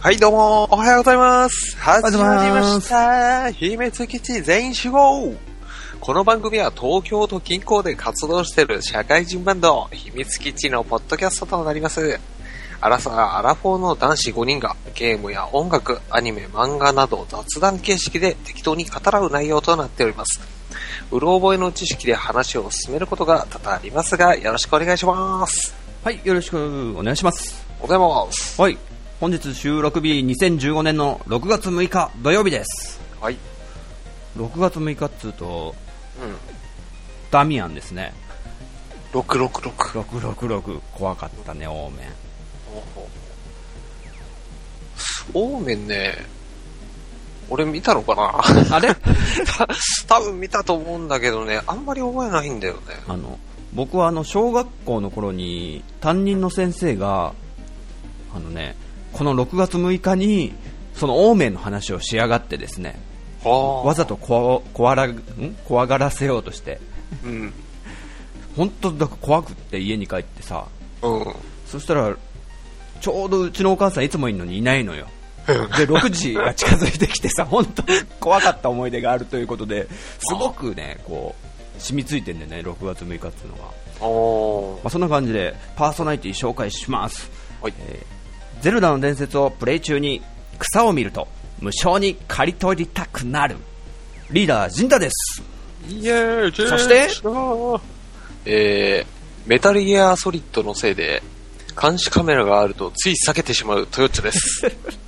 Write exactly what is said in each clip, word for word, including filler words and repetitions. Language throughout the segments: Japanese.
はいどうもおはようございます。始まりました秘密基地全員集合。この番組は東京都近郊で活動している社会人バンド秘密基地のポッドキャストとなります。アラサーアラフォーの男子ごにんがゲームや音楽、アニメ、漫画など雑談形式で適当に語らう内容となっております。うろ覚えの知識で話を進めることが多々ありますが、よろしくお願いします。 はい、よろしくお願いします。 おはようございます。 はい、本日収録日にせんじゅうごねんのろくがつむいか土曜日です。 はい。 ろくがつむいかっつうと、 うん、 ダミアンですね。 ろくろくろく。 ろくろくろく、怖かったね、オーメン。 オーメンね、俺見たのかなあれ多分見たと思うんだけどね、あんまり覚えないんだよね。 あの僕はあの小学校の頃に担任の先生があのね、このろくがつむいかにそのオーメンの話をしやがってですね、わざとこわ、怖ら、ん怖がらせようとして、うん、本当だから怖くって家に帰ってさ、うん、そしたらちょうどうちのお母さんいつもいるのにいないのよ。でろくじが近づいてきてさ、本当怖かった思い出があるということで、すごくねこう染みついてんだよね、ろくがつむいかっていうのが。お、まあ、そんな感じでパーソナリティ紹介します。はい、えー、ゼルダの伝説をプレイ中に草を見ると無償に刈り取りたくなるリーダー陣太です。 イエーイ。 そして、 えー、メタルギアソリッドのせいで監視カメラがあるとつい避けてしまうトヨッチョです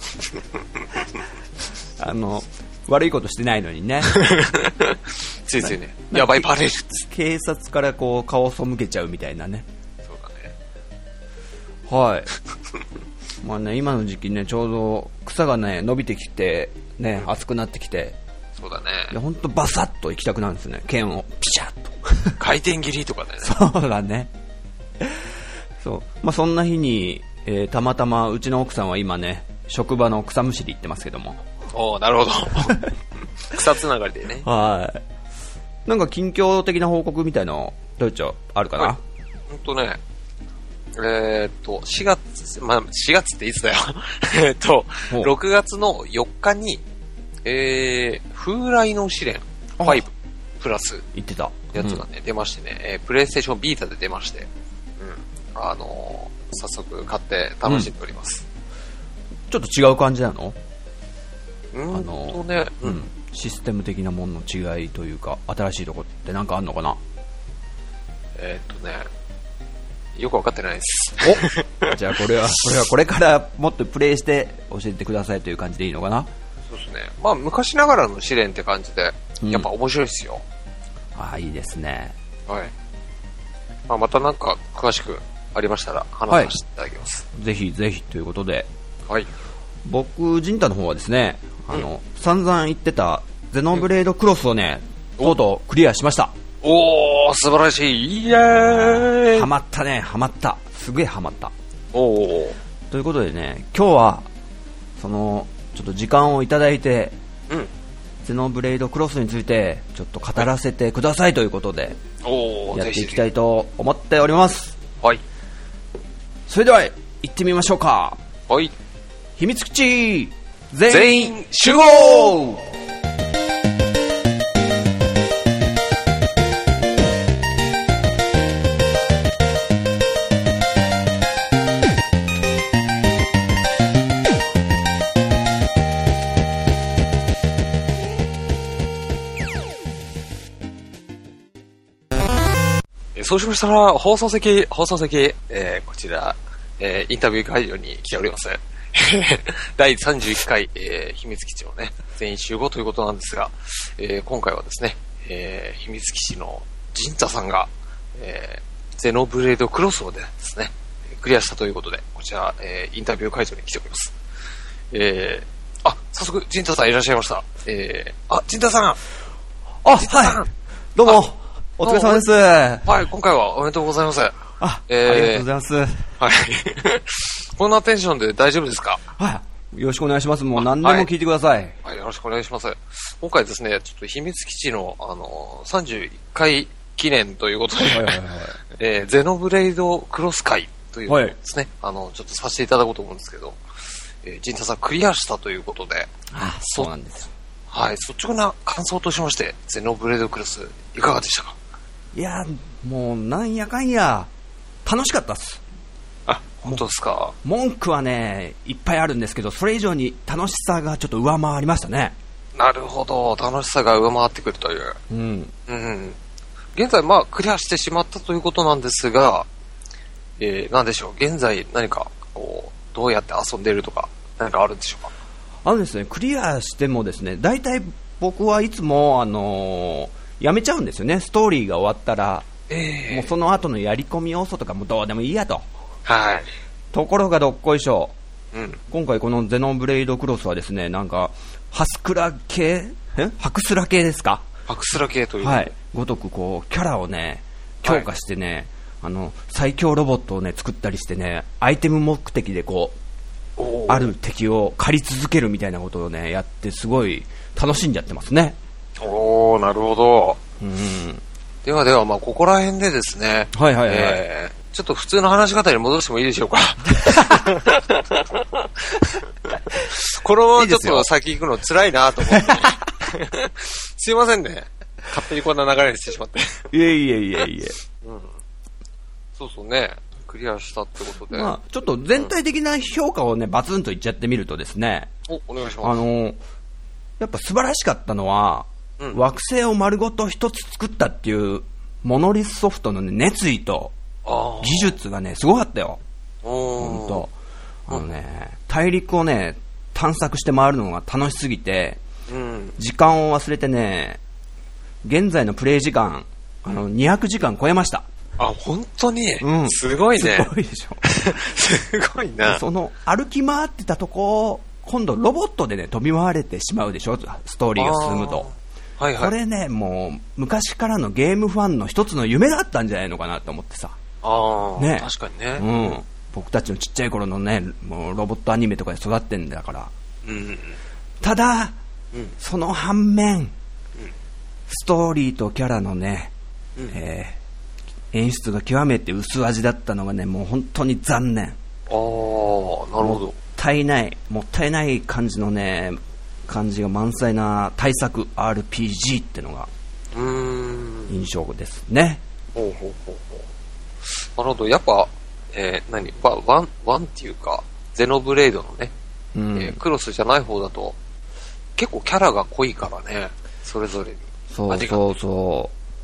あの悪いことしてないのにねついついね、やばいバレる。 警察からこう顔を背けちゃうみたいなね。 そうだね。 はいまあね、今の時期ね、ちょうど草がね伸びてきてね、熱くなってきて、 そうだね。 いや本当バサッと行きたくなるんですよね、剣をピシャッと回転切りとかだよね。 そうだね。そう、まあ、そんな日に、えー、たまたまうちの奥さんは今ね職場の草むしり行ってますけども。 おー、なるほど草つながりでね。 はい。なんか近況的な報告みたいのどうちょあるかな。 ほんとね、えー、っとしがつ、まあ、しがつっていつだよえっとろくがつのよっかに、えー、風来の試練ごプラス言ってたやつがね、うん、出ましてね、えー、プレイステーションビータで出まして、うん、あのー、早速買って楽しんでおります、 うん、ちょっと違う感じなの？ うんあのーねうん、システム的なものの違いというか新しいところって何かあんのかな？ えー、っとねよく分かってないです。 おじゃあこれはこれはこれからもっとプレイして教えてくださいという感じでいいのかな？ そうですね。まあ昔ながらの試練って感じで、やっぱ面白いですよ。 うん、ああいいですね。 はい。まあ、またなんか詳しくありましたら話させていただきます。 はい、ぜひぜひということで。はい。僕陣太の方はですね、あの、うん、散々言ってたゼノブレードクロスをね、うん、とうとうクリアしました。 おー、素晴らしい。イエーイ。 ハマったね、ハマった。すげえハマった。 おー。 ということでね、今日はそのちょっと時間をいただいて、うん、ゼノブレードクロスについてちょっと語らせてくださいということで、はい、やっていきたいと思っております。 はい。 それでは行ってみましょうか。 はい。 秘密基地全員集合。そうしましたら、放送席、放送席、えー、こちら、えー、インタビュー会場に来ております。だいさんじゅういっかい、えー、秘密基地のね、全員集合ということなんですが、えー、今回はですね、えー、秘密基地の陣太さんが、えー、ゼノブレードクロスをですね、クリアしたということで、こちら、えー、インタビュー会場に来ております。えー、あ、早速、陣太さんいらっしゃいました。えー、あ、陣太さん。 あ、はい。どうも。お疲れ様です。 はい、今回はおめでとうございます。 あ、えー、ありがとうございます。はい。 こんなテンションで大丈夫ですか？ はい。よろしくお願いします。もう何でも聞いてください。はい、 はい、よろしくお願いします。今回ですね、ちょっと秘密基地の、あの、さんじゅういっかい記念ということで、はいはいはい、えー、ゼノブレイドクロス会というのをですね、はい、あの、ちょっとさせていただこうと思うんですけど、 えー、陣太さんクリアしたということで。 ああ、そうなんですよ。 はい、率直な感想としまして、ゼノブレードクロス、いかがでしたか？ いや、もうなんやかんや、楽しかったっす。 あ、本当ですか？ 文句はね、いっぱいあるんですけど、それ以上に楽しさがちょっと上回りましたね。 なるほど、楽しさが上回ってくるという。 うん。 うん。現在、まあ、クリアしてしまったということなんですが、えー、なんでしょう、現在何か、こう、どうやって遊んでいるとか、何かあるんでしょうか？ あのですね、クリアしてもですね、大体僕はいつも、あのー、やめちゃうんですよね。ストーリーが終わったら、えー、もうその後のやり込み要素とかもどうでもいいやと。 はい。 ところがどっこいしょ。 うん。 今回このゼノブレイドクロスはですね、なんか、ハスクラ系えハクスラ系ですか？ ハクスラ系という。 はい。ごとくこう、キャラをね、強化してね、はい、あの、最強ロボットをね、作ったりしてね、アイテム目的でこう、ある敵を狩り続けるみたいなことをね、やって、すごい楽しんじゃってますね。 おー、なるほど。 うん。 ではでは、まあ、ここら辺でですね。 はいはいはい。 えー、ちょっと普通の話し方に戻してもいいでしょうか。このままちょっと先行くの辛いなと思って。すいませんね。勝手にこんな流れにしてしまって。 いえいえいえいえ。 うん。そうそうね。クリアしたってことで。 まあ、ちょっと全体的な評価をね、バツンと言っちゃってみるとですね。 お、お願いします。 あの、やっぱ素晴らしかったのは、うん、惑星を丸ごと一つ作ったっていうモノリスソフトの、ね、熱意と技術がね、すごかったよ。ほんと。あのね、大陸をね、探索して回るのが楽しすぎて、うん、時間を忘れてね、現在のプレイ時間、あの、にひゃくじかん超えました。 あ、本当に、 うん、 すごいね。 すごいでしょ。 すごいな。 その、歩き回ってたとこ、今度ロボットでね、飛び回れてしまうでしょ、ストーリーが進むと。はいはい。これね、もう、昔からのゲームファンの一つの夢だったんじゃないのかなと思ってさ。 ああ、 ね。 確かにね。 うん。僕たちのちっちゃい頃のね、もうロボットアニメとかで育ってんだから。 うん。 ただ、 うん、 その反面、うん、ストーリーとキャラのね、うん、えー、演出が極めて薄味だったのがね、もう本当に残念。ああ、なるほど。 もったいない、もったいない感じのね、感じが満載な大作 アールピージー ってのがうーん印象ですね。 ほうほうほうほう。なるほど。やっぱ、えー、何ワン、ワンっていうか、ゼノブレードのね、うんえー、クロスじゃない方だと、結構キャラが濃いからね、それぞれに。 そうそうそう。うん。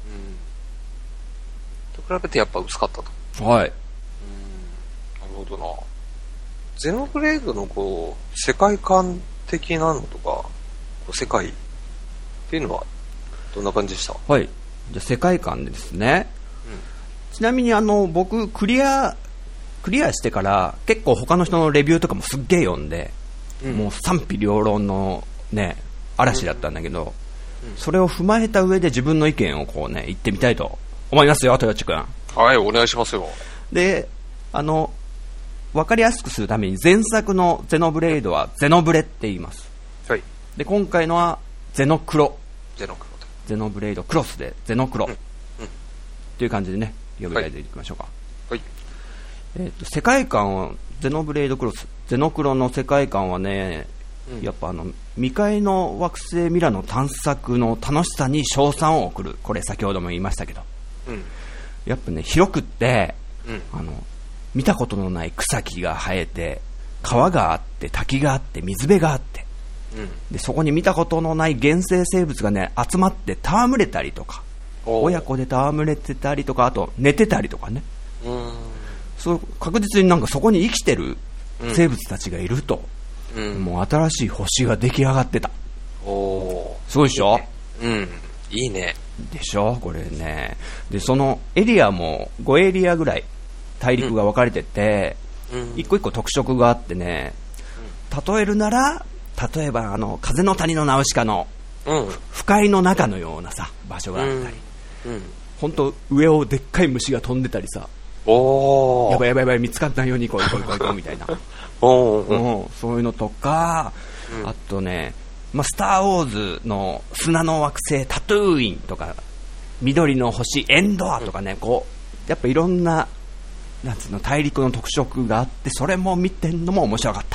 と比べてやっぱ薄かったと。 はい。 うん。なるほどな。ゼノブレードのこう、世界観的なのとか、こう世界っていうのは、どんな感じでした？ はい。じゃあ世界観ですね。うん、ちなみにあの、僕、クリア、クリアしてから、結構他の人のレビューとかもすっげー読んで、うん、もう賛否両論のね、嵐だったんだけど、うんうん、それを踏まえた上で自分の意見をこうね、言ってみたいと思いますよ、豊地君。 はい、お願いしますよ。 で、あの、わかりやすくするために前作のゼノブレイドはゼノブレって言います。 はい。 で、今回のはゼノクロ。 ゼノクロ。 ゼノブレイドクロスでゼノクロ。うん。うん。っていう感じでね、呼び替えていきましょうか。 はい。 えっと、世界観は、ゼノブレイドクロス、ゼノクロの世界観はね、うん、やっぱあの、未開の惑星ミラの探索の楽しさに賞賛を送る。これ先ほども言いましたけど。うん。やっぱね、広くって、うん、あの、見たことのない草木が生えて、川があって、滝があって、水辺があって、うん、でそこに見たことのない原生生物がね、集まって戯れたりとか、親子で戯れてたりとか、あと寝てたりとかね。うん、そう確実になんかそこに生きてる生物たちがいると、うん、もう新しい星が出来上がってた。 おすごいでしょ？ うん、いいね。 でしょこれね。で、そのエリアもごエリアぐらい大陸が分かれてて、うん、一個一個特色があってね、うん、例えるなら、例えばあの風の谷のナウシカの、うん、不快の中のようなさ場所があったり、うんうん、ほんと上をでっかい虫が飛んでたりさ、 おーやばいやばいやばい見つかったようにこいこいこいこいみたいなおー、 うん、そういうのとか、うん、あとね、まあ、スターウォーズの砂の惑星タトゥーインとか緑の星エンドアとかね、うん、こうやっぱいろんななんつうの大陸の特色があって、それも見てんのも面白かった。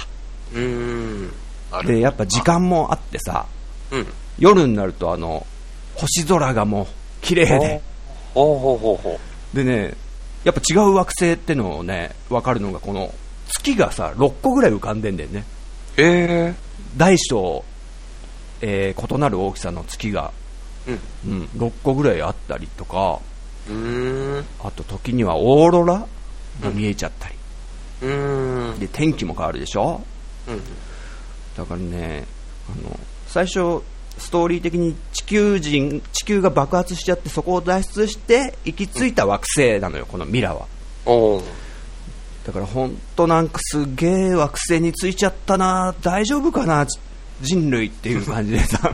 うーん。 で、やっぱ時間もあってさ、 うん、 夜になるとあの、星空がもう綺麗で。 ほうほうほうほう。でね、やっぱ違う惑星ってのをね、わかるのがこの月がさ、ろっこぐらい浮かんでんだよね。 へー。 大小、えー、異なる大きさの月が、うんうん、ろっこぐらいあったりとか、 うーん、 あと時にはオーロラが見えちゃったり、 うん、うーん、 で天気も変わるでしょ、うん、だからね、あの最初ストーリー的に地球人地球が爆発しちゃってそこを脱出して行き着いた惑星なのよ、このミラは。おだから本当なんかすげえ惑星に着いちゃったな、大丈夫かな人類っていう感じでさ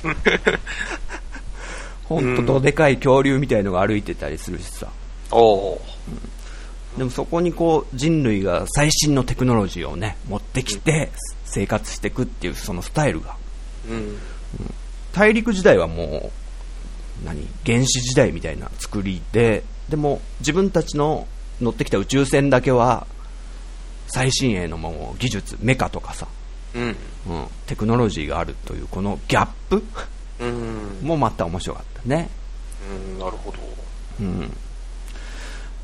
本当どでかい恐竜みたいのが歩いてたりするしさ、お、うん、でもそこにこう人類が最新のテクノロジーをね持ってきて生活していくっていうそのスタイルが、うんうん、大陸時代はもう何原始時代みたいな作りで、でも自分たちの乗ってきた宇宙船だけは最新鋭のもう技術メカとかさ、うんうん、テクノロジーがあるというこのギャップうんもまた面白かったね。 うん、なるほど、 うん、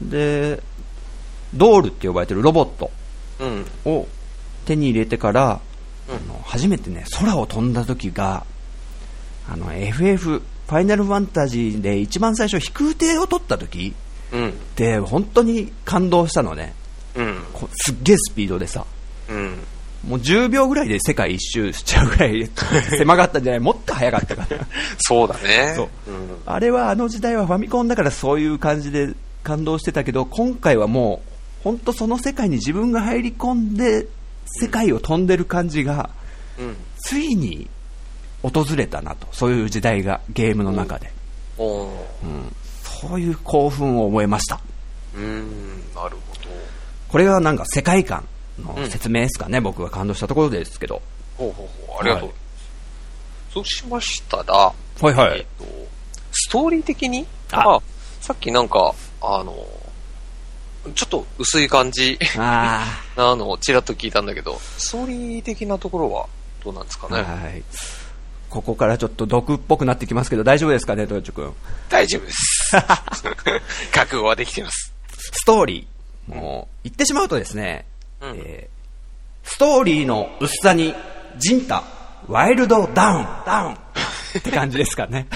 でドールって呼ばれてるロボットを手に入れてから、うん、あの初めてね空を飛んだ時があの エフエフ ファイナルファンタジーで一番最初飛空艇を取った時、うん、で本当に感動したのね、うん、すっげえスピードでさ、うん、もうじゅうびょうぐらいで世界一周しちゃうぐらい狭かったんじゃない、もっと速かったからそうだねそう、うん、あれはあの時代はファミコンだからそういう感じで感動してたけど、今回はもう本当その世界に自分が入り込んで世界を飛んでる感じが、うん、ついに訪れたなと、そういう時代がゲームの中で、うんうん、そういう興奮を覚えました。 うーん、なるほど。 これがなんか世界観の説明ですかね、うん、僕が感動したところですけど。 ほうほうほう、ありがとう、はい、そうしましたら、 はいはい、 えーと、ストーリー的にあさっきなんかあのちょっと薄い感じあなのをちらっと聞いたんだけど、ストーリー的なところはどうなんですかね。 はい、ここからちょっと毒っぽくなってきますけど大丈夫ですかね、豊地君。 大丈夫です覚悟はできています。 ストーリーもう言ってしまうとですね、うんえー、ストーリーの薄さにジンタワイルドダウンダウンって感じですかね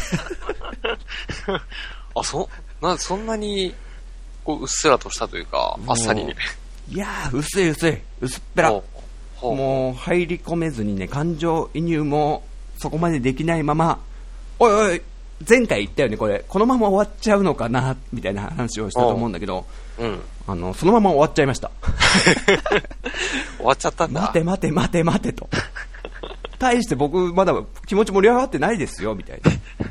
あ、そなそんなにこううっすらとしたというかあっさり、 いやー薄い薄い薄っぺら、もう入り込めずにね、感情移入もそこまでできないまま、おいおい前回言ったよね、これこのまま終わっちゃうのかなみたいな話をしたと思うんだけど、うん、あのそのまま終わっちゃいました終わっちゃったんだ。 待て待て待て待てと対して僕まだ気持ち盛り上がってないですよみたい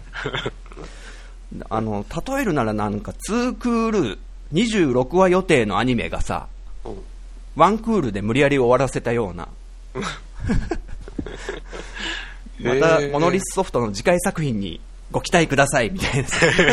なあの例えるならなんかにクールにじゅうろくわ予定のアニメがさ、うん、ワンクールで無理やり終わらせたようなまたモノリスソフトの次回作品にご期待くださいみたいな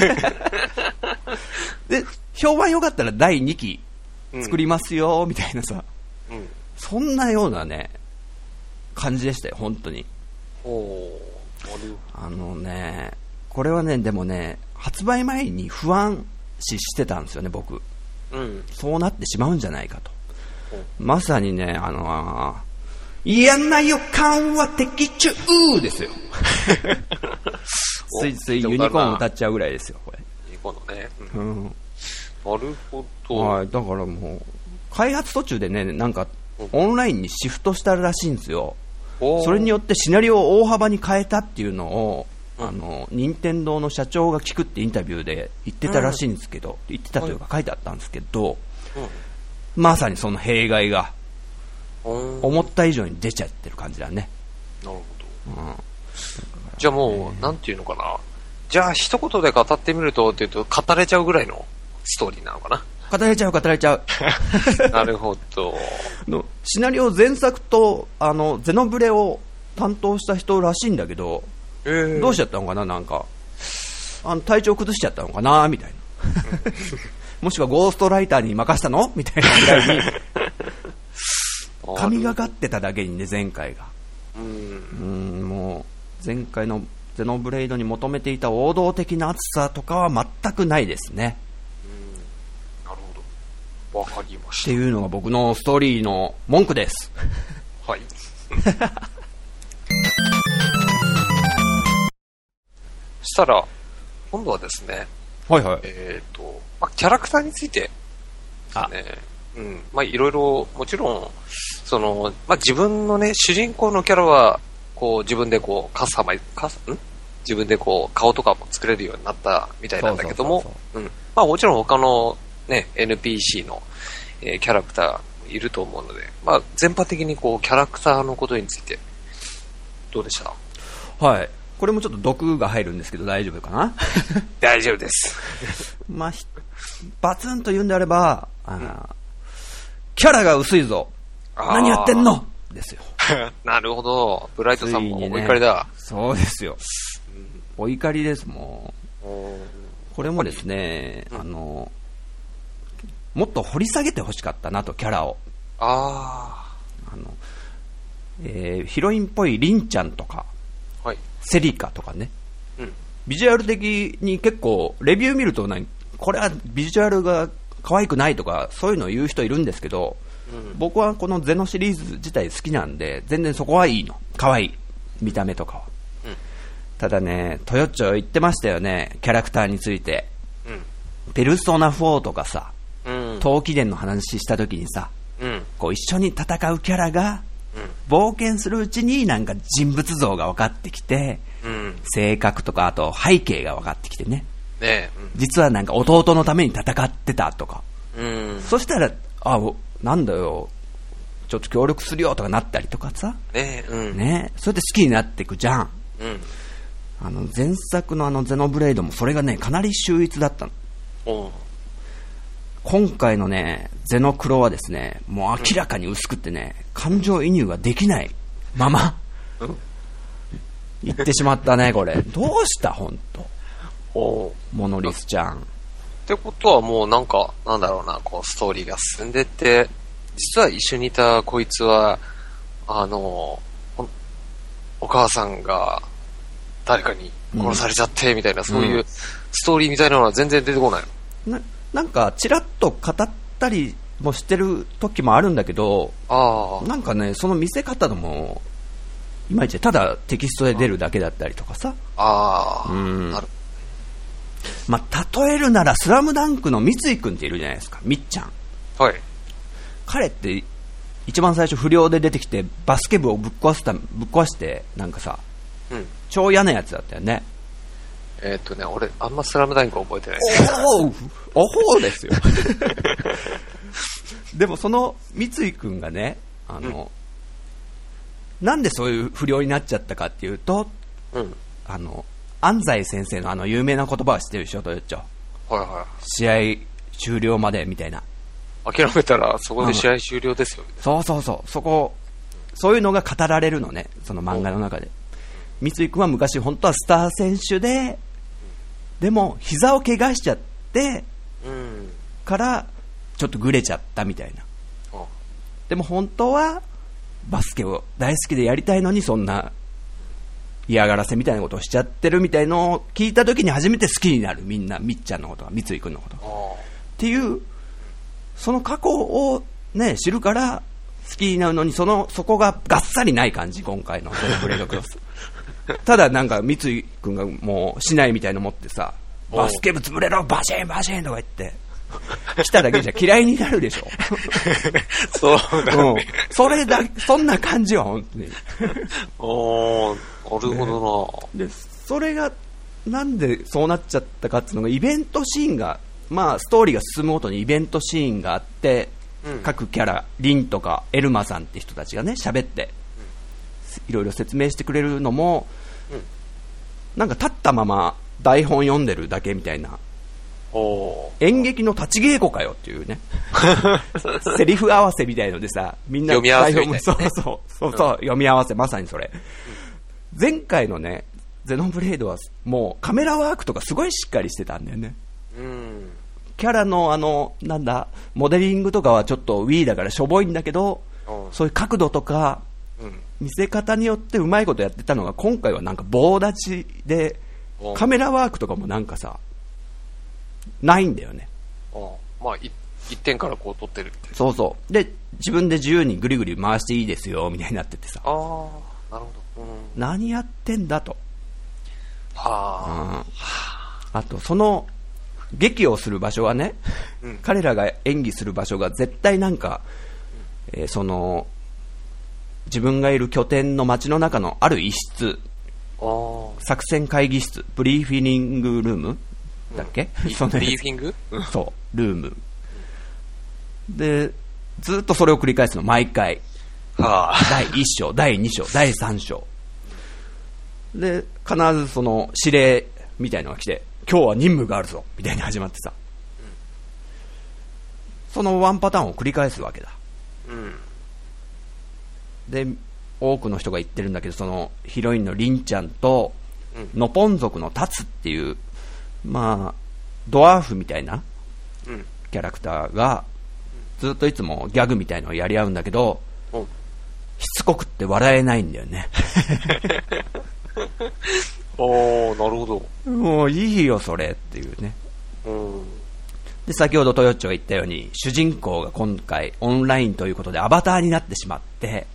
で評判良かったらだいにき作りますよみたいなさ、うん、そんなようなね感じでしたよ本当に。おあのねこれはねでもね発売前に不安視してたんですよね僕、うん、そうなってしまうんじゃないかと。まさにねあのー嫌な予感は的中ですよついついユニコーン歌っちゃうぐらいですよこれ。 ユニコーンのね、 うん、 なるほど、 はい、だからもう開発途中でねなんかオンラインにシフトしたらしいんですよ。それによってシナリオを大幅に変えたっていうのをあの任天堂の社長が聞くってインタビューで言ってたらしいんですけど、うん、言ってたというか書いてあったんですけど、うん、まさにその弊害が思った以上に出ちゃってる感じだね。 なるほど、うん、じゃあもうなんていうのかな、じゃあ一言で語ってみるとっていうと語れちゃうぐらいのストーリーなのかな。 語れちゃう語れちゃうなるほどのシナリオ前作とあのゼノブレを担当した人らしいんだけど、えー、どうしちゃったのかな、なんかあの体調崩しちゃったのかなみたいなもしくはゴーストライターに任せたのみたいなぐらいに神がかってただけにね、前回が。 うん。 うん、もう、前回のゼノブレイドに求めていた王道的な熱さとかは全くないですね。 うん。なるほど。わかりました。 っていうのが僕のストーリーの文句です。 はい。したら、今度はですね、 はいはい。 えっ、ー、と、まあ、キャラクターについてですね、うん、まあいろいろ、もちろん、その、まあ自分のね、主人公のキャラは、こう自分でこう、カスタマイズ、カス、ん自分でこう、顔とかも作れるようになったみたいなんだけども、うん。まあもちろん他のね、エヌピーシー の、えー、キャラクターいると思うので、まあ全般的にこう、キャラクターのことについて、どうでした？ はい。これもちょっと毒が入るんですけど大丈夫かな？ 大丈夫です。 まあ、バツンと言うんであれば、あ、うん、キャラが薄いぞ。何やってんのですよ。 なるほど。ブライトさんもお怒りだ。 ね、そうですよ。うん、お怒りです、もう。これもですね、うん、あの、もっと掘り下げてほしかったなと、キャラを。 ああの、えー、ヒロインっぽいリンちゃんとか、 はい、 セリカとかね、 うん、 ビジュアル的に結構レビュー見ると何これはビジュアルが可愛くないとかそういうのを言う人いるんですけど、うん、僕はこのゼノシリーズ自体好きなんで全然そこはいいの、可愛い見た目とかは、うん、ただねトヨッチョ言ってましたよね、キャラクターについて、うん、ペルソナフォーとかさ、うん、陶器伝の話した時にさ、うん、こう一緒に戦うキャラが冒険するうちになんか人物像が分かってきて、うん、性格とかあと背景が分かってきてね、 ね、うん、 実はなんか弟のために戦ってたとか、うん、そしたらあなんだよちょっと協力するよとかなったりとかさ、 ね、うん、 ね、それで好きになっていくじゃん、うん、あの前作のあのゼノブレイドもそれがねかなり秀逸だったの。お今回のねゼノクロはですねもう明らかに薄くってね、うん、感情移入ができないまま、うん、言ってしまったねこれどうした本当おモノリスちゃんってことはもうなんかなんだろうな、こうストーリーが進んでって実は一緒にいたこいつはあの お, お母さんが誰かに殺されちゃってみたいな、うん、そういうストーリーみたいなのは全然出てこないの、 ななんかちらっと語ったりもしてる時もあるんだけど、あなんかねその見せ方でもいまいちただテキストで出るだけだったりとかさ、ああ、うん、なる。まあ例えるならスラムダンクの三井くんっているじゃないですか、みっちゃん。 はい。 彼って一番最初不良で出てきてバスケ部をぶっ壊したぶっ壊してなんかさ、うん、超嫌なやつだったよね。 えーっとね、俺あんまスラムダンク覚えてないですけど。 おお、おほうですよ。でもその三井くんがね、あの、うん、なんでそういう不良になっちゃったかっていうと、うん、あの安西先生のあの有名な言葉は知ってるでしょ、トヨッチョ。 はいはい。 試合終了までみたいな。 諦めたらそこで試合終了ですよ、ね。 そうそうそう、そこそういうのが語られるのね、その漫画の中で。三井くんは昔本当はスター選手で。でも膝を怪我しちゃって、うん、からちょっとグレちゃったみたいな。でも本当はバスケを大好きでやりたいのにそんな嫌がらせみたいなことをしちゃってるみたいのを聞いた時に初めて好きになる、みんなみっちゃんのことが三井くんのことっていうその過去をね知るから好きになるのに、そのそこががっさりない感じ今回のブレードクロス。ただなんか三井君がもう市内みたいの持ってさ、バスケ部潰れろバシーンバシーンとか言って来ただけじゃ嫌いになるでしょ。 そうだね、うん、 それだそんな感じは本当に。 おー、なるほどな、ね、でそれがなんでそうなっちゃったかっていうのが、イベントシーンがまあストーリーが進むごとにイベントシーンがあって、うん、各キャラリンとかエルマさんって人たちがね喋っていろいろ説明してくれるのも、うん、なんか立ったまま台本読んでるだけみたいな、お演劇の立ち稽古かよっていうね。セリフ合わせみたいのでさ、みんな読み合わせみたいな、ね、 そうそうそうそう、うん、読み合わせ、まさにそれ、うん、前回のねゼノブレードはもうカメラワークとかすごいしっかりしてたんだよね、うん、キャラのあのなんだモデリングとかはちょっと Wii だからしょぼいんだけど、 そういう角度とか、見せ方によってうまいことやってたのが、今回はなんか棒立ちで、カメラワークとかもなんかさ、ないんだよね。 まあ、一点からこう撮ってるって。 そうそう。で、自分で自由にぐりぐり回していいですよ、みたいになっててさ。 ああ、なるほど。うん、 何やってんだと。 はあ、 うん。あと、その、劇をする場所はね、うん、彼らが演技する場所が絶対なんか、うん、えー、その、自分がいる拠点の街の中のある一室、作戦会議室、ブリーフィングルームだっけ、 うん、 そのブリーフィングそう、ルーム。で、ずっとそれを繰り返すの、毎回。はあ、だいいっ章、だいに章、だいさん章。で、必ずその指令みたいのが来て、今日は任務があるぞみたいに始まってさ、うん、そのワンパターンを繰り返すわけだ、うん、で多くの人が言ってるんだけど、そのヒロインのリンちゃんと、うん、ノポン族のタツっていう、まあドワーフみたいなキャラクターがずっといつもギャグみたいのをやり合うんだけど、うん、しつこくって笑えないんだよねおー、なるほど。もういいよそれっていうね、うん、で先ほどトヨッチョが言ったように、主人公が今回オンラインということでアバターになってしまって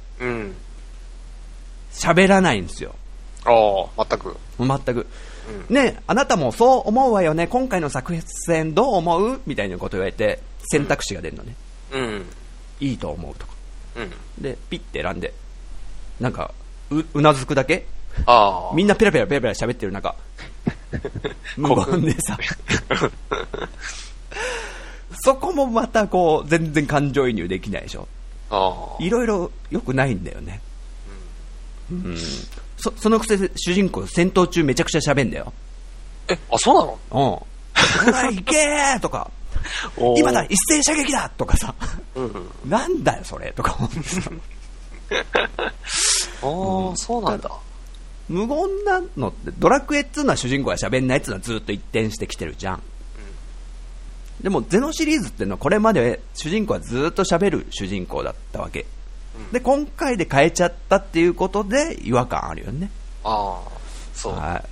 喋、うん、らないんですよ。 ああ、全く全く、うん、ね、あなたもそう思うわよね、今回の作戦どう思うみたいなことを言われて選択肢が出るのね、うん、いいと思うとか、うん、でピッて選んでなんか う, うなずくだけ、あみんなペラペラペラペラ喋ってる中無言でさそこもまたこう全然感情移入できないでしょ。あいろいろ良くないんだよね、うんうん、そ, そのくせ主人公戦闘中めちゃくちゃ喋んだよ。 え、あ、そうなの？ うん。ほら行けーとか今だ一斉射撃だとかさ、うんうん、なんだよそれとか思ってさあー、うん、そうなんだ。 無言なのって、ドラクエっつうのは主人公が喋んないっつうのはずっと一転してきてるじゃん、うん、でもゼノシリーズっていうのはこれまで主人公はずっと喋る主人公だったわけ、うん、で今回で変えちゃったっていうことで違和感あるよね。 ああ、そう、はい、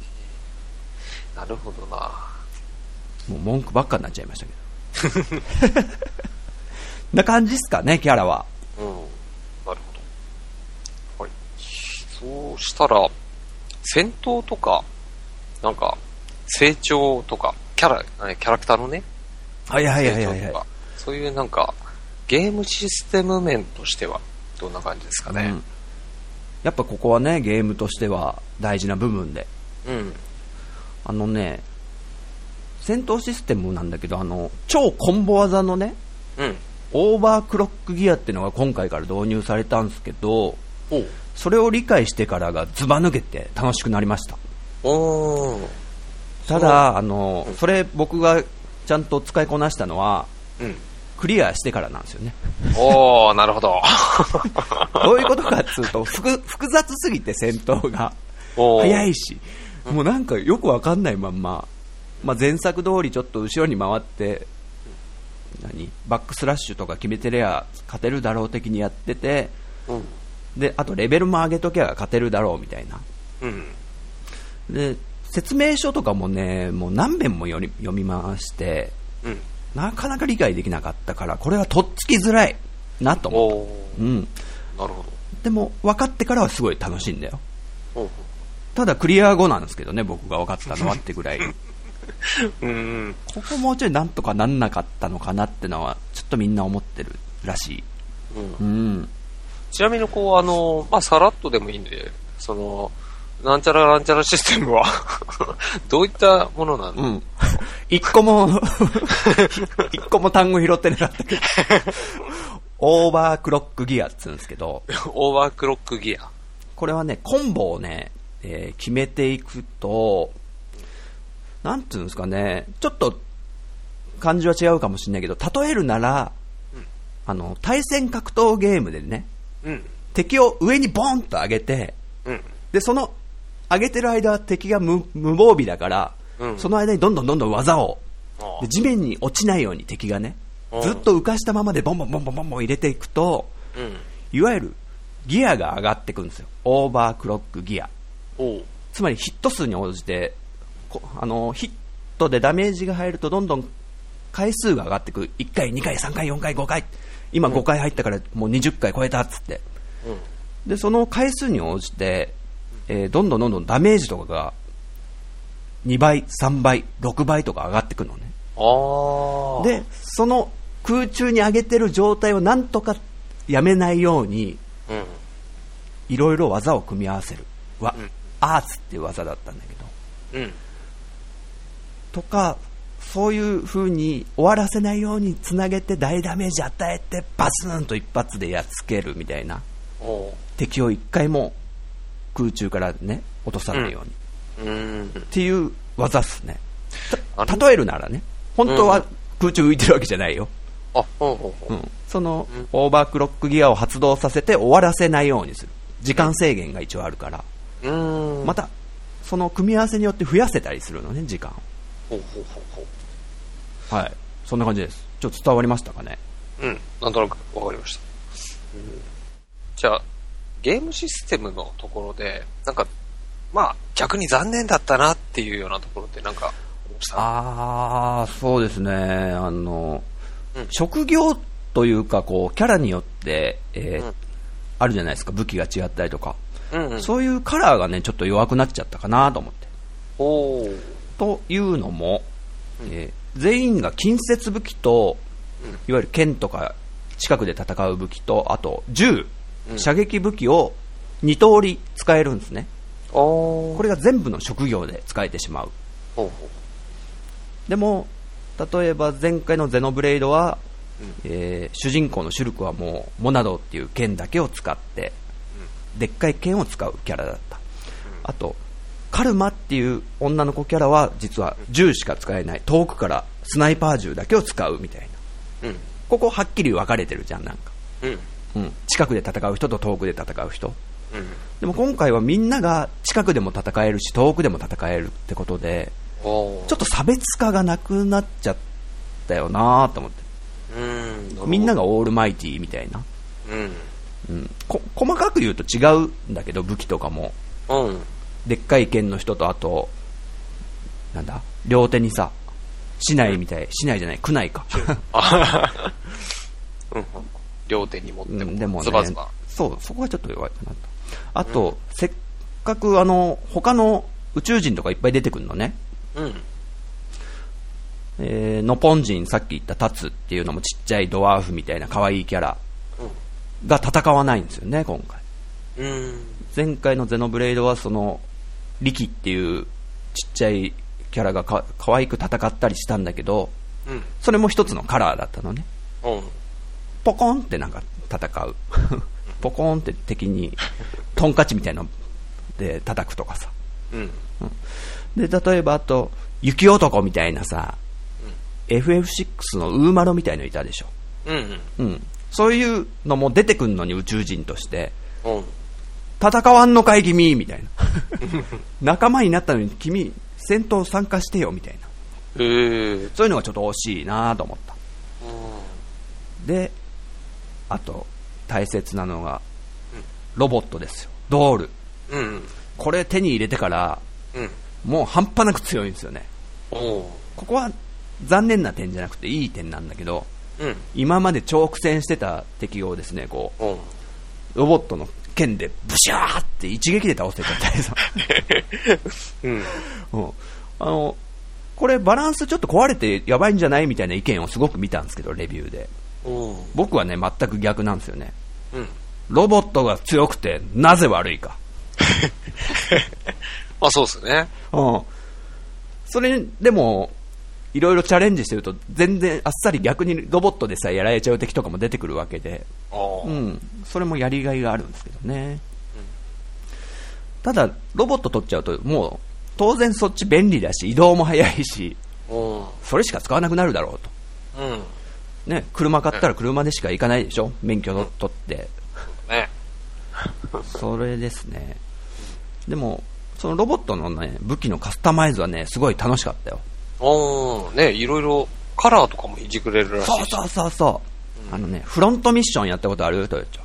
なるほどな。 もう文句ばっかになっちゃいましたけどな感じっすかね、キャラは。うん、なるほど。はい。そうしたら戦闘とかなんか成長とかキャラキャラクターのね、 はいはいはいはい、はい、 そういうなんかゲームシステム面としてはどんな感じですかね、うん、 やっぱここはねゲームとしては大事な部分で、うん、あのね戦闘システムなんだけど、あの超コンボ技のね、うん、オーバークロックギアっていうのが今回から導入されたんですけど、それを理解してからがズバ抜けて楽しくなりました。おただあの、うん、それ僕がちゃんと使いこなしたのは、うん、クリアしてからなんですよね。 おー、なるほどどういうことかっつうと複、複雑すぎて戦闘が早いし、もうなんかよくわかんないまんま、まあ、前作通りちょっと後ろに回って何バックスラッシュとか決めてりゃ勝てるだろう的にやってて、うん、であとレベルも上げときゃ勝てるだろうみたいな、うん、で説明書とかもねもう何遍も読み、読み回して、うん、なかなか理解できなかったから、これはとっつきづらいなと思った、うん、 なるほど。 でも分かってからはすごい楽しいんだよ。ただクリア後なんですけどね、僕が分かったのはってぐらいうん、ここもうちょいなんとかなんなかったのかなってのはちょっとみんな思ってるらしい、うんうん、 ちなみにこうあの、まあ、さらっとでもいいんで、そのなんちゃらなんちゃらシステムはどういったものなんだ、うん、 一個も一個も単語拾ってなかったけどオーバークロックギアって言うんですけどオーバークロックギア、 これはねコンボをね、えー、決めていくとなんていうんですかね、ちょっと感じは違うかもしれないけど、例えるなら、うん、あの対戦格闘ゲームでね、うん、敵を上にボンと上げて、うん、でその上げてる間は敵が 無, 無防備だから、うん、その間にどんどんどんどん技をで地面に落ちないように敵がねずっと浮かしたままでボンボンボンボンボンボン入れていくと、うん、 いわゆるギアが上がってくるんですよ。オーバークロックギア。 おつまりヒット数に応じて、あのヒットでダメージが入るとどんどん回数が上がってくる。いっかい、にかい、さんかい、よんかい、ごかい。今ごかい入ったからもうにじゅっかい超えたっつって。うん、で、その回数に応じて、えー、どんどんどんどんダメージとかがにばい、さんばい、ろくばいとか上がってくるのね。 あで、その空中に上げてる状態をなんとかやめないように、いろいろ技を組み合わせる。わ、うん、アーツっていう技だったんだけど。うん、とか、そういう風に終わらせないようにつなげて大ダメージ与えてバスーンと一発でやっつけるみたいな。敵を一回も空中からね、落とさないように。うん、っていう技っすね。例えるならね、本当は空中浮いてるわけじゃないよ。 あ、ほうほうほう。 うん、その、うん、オーバークロックギアを発動させて終わらせないようにする。時間制限が一応あるから。うん、また、その組み合わせによって増やせたりするのね、時間を。 ほうほうほうほう。 はい。そんな感じです。ちょっと伝わりましたかね。 うん。なんとなくわかりました。うん、じゃあ、ゲームシステムのところで、なんか、まあ、逆に残念だったなっていうようなところってなんかありました？ ああ、そうですね。あの、うん、職業というか、こう、キャラによって、えーうん、あるじゃないですか。武器が違ったりとか。うんうん、そういうカラーがね、ちょっと弱くなっちゃったかなと思って。 おー。というのも、うん、えー、全員が近接武器と、うん、いわゆる剣とか近くで戦う武器と、あと銃、うん、射撃武器をに通り使えるんですね。これが全部の職業で使えてしまう。ほうほう。でも例えば前回のゼノブレイドは、うん、えー、主人公のシュルクはもうモナドっていう剣だけを使って、うん、でっかい剣を使うキャラだった。うん、あとカルマっていう女の子キャラは実は銃しか使えない、遠くからスナイパー銃だけを使うみたいな、うん、ここはっきり分かれてるじゃん、なんか、うんうん、近くで戦う人と遠くで戦う人、うん、でも今回はみんなが近くでも戦えるし遠くでも戦えるってことで、ちょっと差別化がなくなっちゃったよなと思って、うん、みんながオールマイティーみたいな、うんうん、こ細かく言うと違うんだけど武器とかも、うん、でっかい剣の人と、あとなんだ両手にさ竹刀みたい、竹刀じゃない苦内かうん、両手に持っても、うん、でもね、ズバズバ、 そうそこがちょっと弱いかなと。あと、うん、せっかくあの他の宇宙人とかいっぱい出てくるのね、うんえー、ノポン人、さっき言ったタツっていうのもちっちゃいドワーフみたいな可愛いキャラが戦わないんですよね今回、うん、前回のゼノブレイドはそのリキっていうちっちゃいキャラがか可愛く戦ったりしたんだけど、うん、それも一つのカラーだったのね、うん、ポコンってなんか戦うポコンって敵にトンカチみたいなので叩くとかさ、うんうん、で例えばあと雪男みたいなさ、うん、エフエフシックス のウーマロみたいのいたでしょ、うんうんうん、そういうのも出てくんのに宇宙人として、うん、戦わんのかい君みたいな仲間になったのに君戦闘参加してよみたいな、へー、そういうのがちょっと惜しいなと思った、うん、であと大切なのが、うん、ロボットですよ、ドール、うんうん、これ手に入れてから、うん、もう半端なく強いんですよね。おここは残念な点じゃなくていい点なんだけど、うん、今まで超苦戦してた敵をですね、こうロボットの剣でブシャーって一撃で倒せちゃったりさ、うんうん、あのこれバランスちょっと壊れてやばいんじゃないみたいな意見をすごく見たんですけどレビューで、僕はね全く逆なんですよね、うん、ロボットが強くてなぜ悪いかまあそうですね、 うん、それでもいろいろチャレンジしてると全然あっさり逆にロボットでさえやられちゃう敵とかも出てくるわけで、うん、それもやりがいがあるんですけどね、うん、ただロボット取っちゃうともう当然そっち便利だし移動も早いし、それしか使わなくなるだろうと、うんね、車買ったら車でしか行かないでしょ、免許取って、うんね、それですね。でもそのロボットの、ね、武器のカスタマイズはねすごい楽しかったよ。 おね、いろいろカラーとかもいじくれるらしいし。 そうそうそうそう、うん、あのねフロントミッションやったことあるトヨちゃん？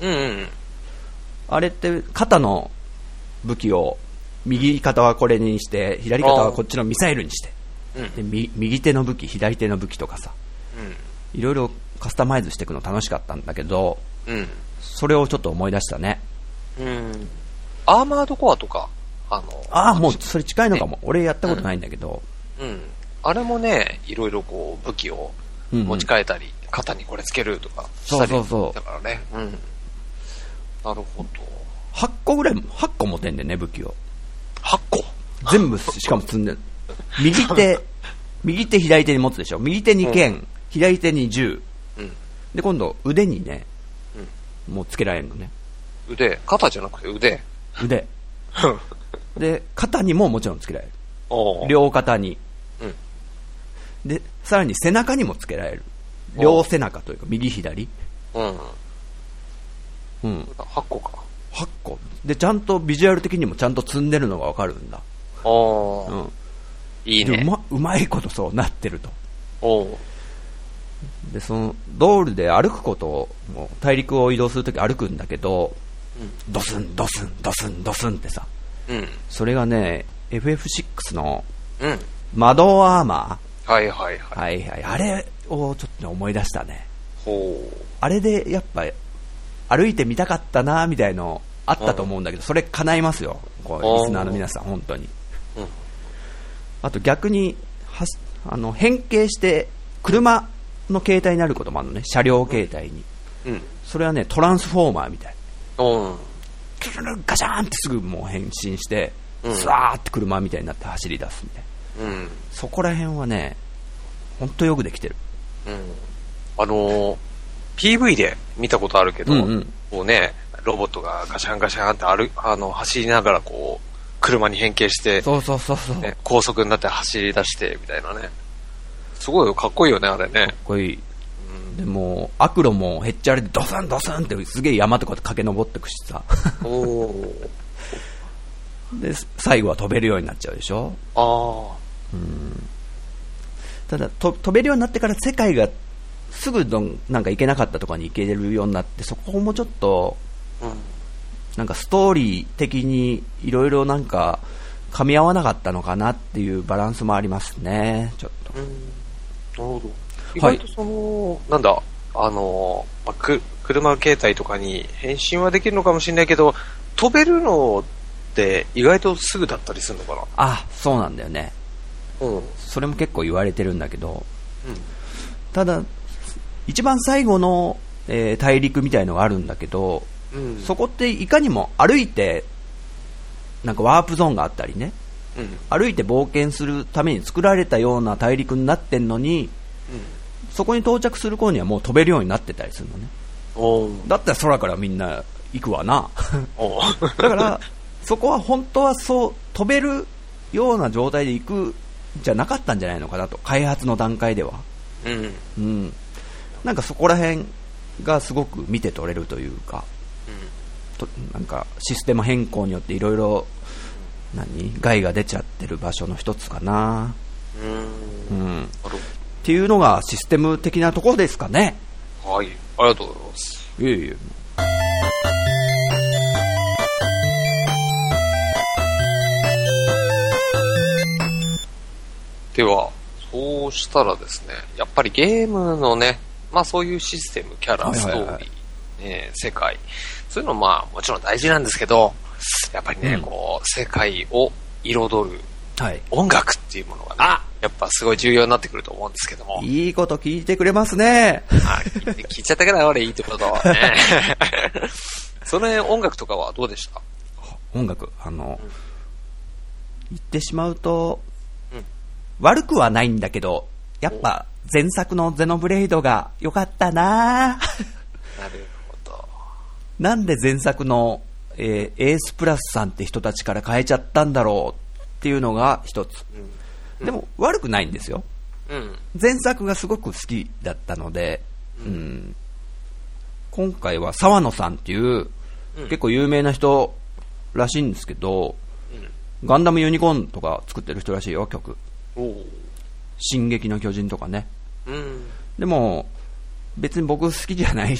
うんうん。 あれって肩の武器を右肩はこれにして左肩はこっちのミサイルにして、うん、でみ右手の武器左手の武器とかさ、うん、いろいろカスタマイズしていくの楽しかったんだけど、うん、それをちょっと思い出したね。うん、 アーマードコアとかあのああもうそれ近いのかも、ね、俺やったことないんだけど、 うん、うん、あれもねいろいろこう武器を持ち替えたり、うんうん、肩にこれつけるとかしたりそうそうそうだからね、うん、なるほど。 はっこぐらいはっこ持てんでね武器をはっこ全部しかも積んでる右手右手左手に持つでしょ。右手に剣、うん、左手に銃、うん、で今度腕にね、うん、もうつけられるのね。 腕肩じゃなくて腕腕で肩にももちろんつけられる。両肩に、うん、でさらに背中にもつけられる。両背中というか右左、うんうん、 はっこかはっこでちゃんとビジュアル的にもちゃんと積んでるのが分かるんだ。 お、うん、いいね。 う ま, うまいことそうなってると。おでその道路で歩くことをもう大陸を移動するとき歩くんだけど、うん、ドスンドスンドスンドスンってさ、うん、それがね エフエフシックス のマドアーマー、はいはいはい、 はいはい、あれをちょっと思い出したね。ほうあれでやっぱ歩いてみたかったなみたいのあったと思うんだけど、それ叶いますよこうリスナーの皆さん本当に、うん、あと逆にはあの変形して車の形態になることもあるのね。車両形態に、うん、それはねトランスフォーマーみたい、うん、ガシャーンってすぐもう変身して、うん、スワーって車みたいになって走り出すみたいな、うん、そこら辺はね本当よくできてる、 うん、あのー、ピーブイ で見たことあるけど、うんうん、こうねロボットがガシャンガシャンって歩あの走りながらこう車に変形して、 そうそうそうそう、 ね、高速になって走り出してみたいなね、すごいかっこいいよねあれね。 かっこいい、うん、でもアクロもへっちゃらでドスンドスンってすげえ山とか駆け上ってくしさおで最後は飛べるようになっちゃうでしょ。あ、うん、ただと飛べるようになってから世界がすぐどんなんか行けなかったとかに行けるようになって、そこもちょっと、うん、なんかストーリー的にいろいろなんか噛み合わなかったのかなっていうバランスもありますねちょっと、うん、なるほど。意外とその、はい、なんだあの、まあ、く車形態とかに変身はできるのかもしれないけど飛べるのって意外とすぐだったりするのかな。 あ、そうなんだよね、うん、それも結構言われてるんだけど、うん、ただ一番最後の、えー、大陸みたいのがあるんだけど、うん、そこっていかにも歩いてなんかワープゾーンがあったりね、うん、歩いて冒険するために作られたような大陸になってんのに、うん、そこに到着する頃にはもう飛べるようになってたりするのね。おだったら空からみんな行くわなおだからそこは本当はそう飛べるような状態で行くじゃなかったんじゃないのかなと、開発の段階では、うんうん、なんかそこら辺がすごく見て取れるというか、うん、となんかシステム変更によっていろいろ何害が出ちゃってる場所の一つかな、うんうん、っていうのがシステム的なところですかね。 はい、ありがとうございます。いえいえ。ではそうしたらですね、やっぱりゲームのね、まあそういうシステム、キャラ、ストーリー、はいはいはい、ね、世界、そういうのまあもちろん大事なんですけど、やっぱりね、うん、こう世界を彩る音楽っていうものが、ね、あ、やっぱすごい重要になってくると思うんですけども。 いいこと聞いてくれますね。 あ、聞いて、聞いちゃったから俺いいってことはね。その辺音楽とかはどうでした？ 音楽、あの、うん、言ってしまうと、うん、悪くはないんだけど、やっぱ前作のゼノブレイドが良かったな。なるほど。 なんで前作の、えー、エースプラスさんって人たちから変えちゃったんだろうっていうのが一つ、うん、でも悪くないんですよ、うん、前作がすごく好きだったので、うんうん、今回は沢野さんっていう、うん、結構有名な人らしいんですけど、うん、ガンダムユニコーンとか作ってる人らしいよ、曲。お進撃の巨人とかね、うん、でも別に僕好きじゃない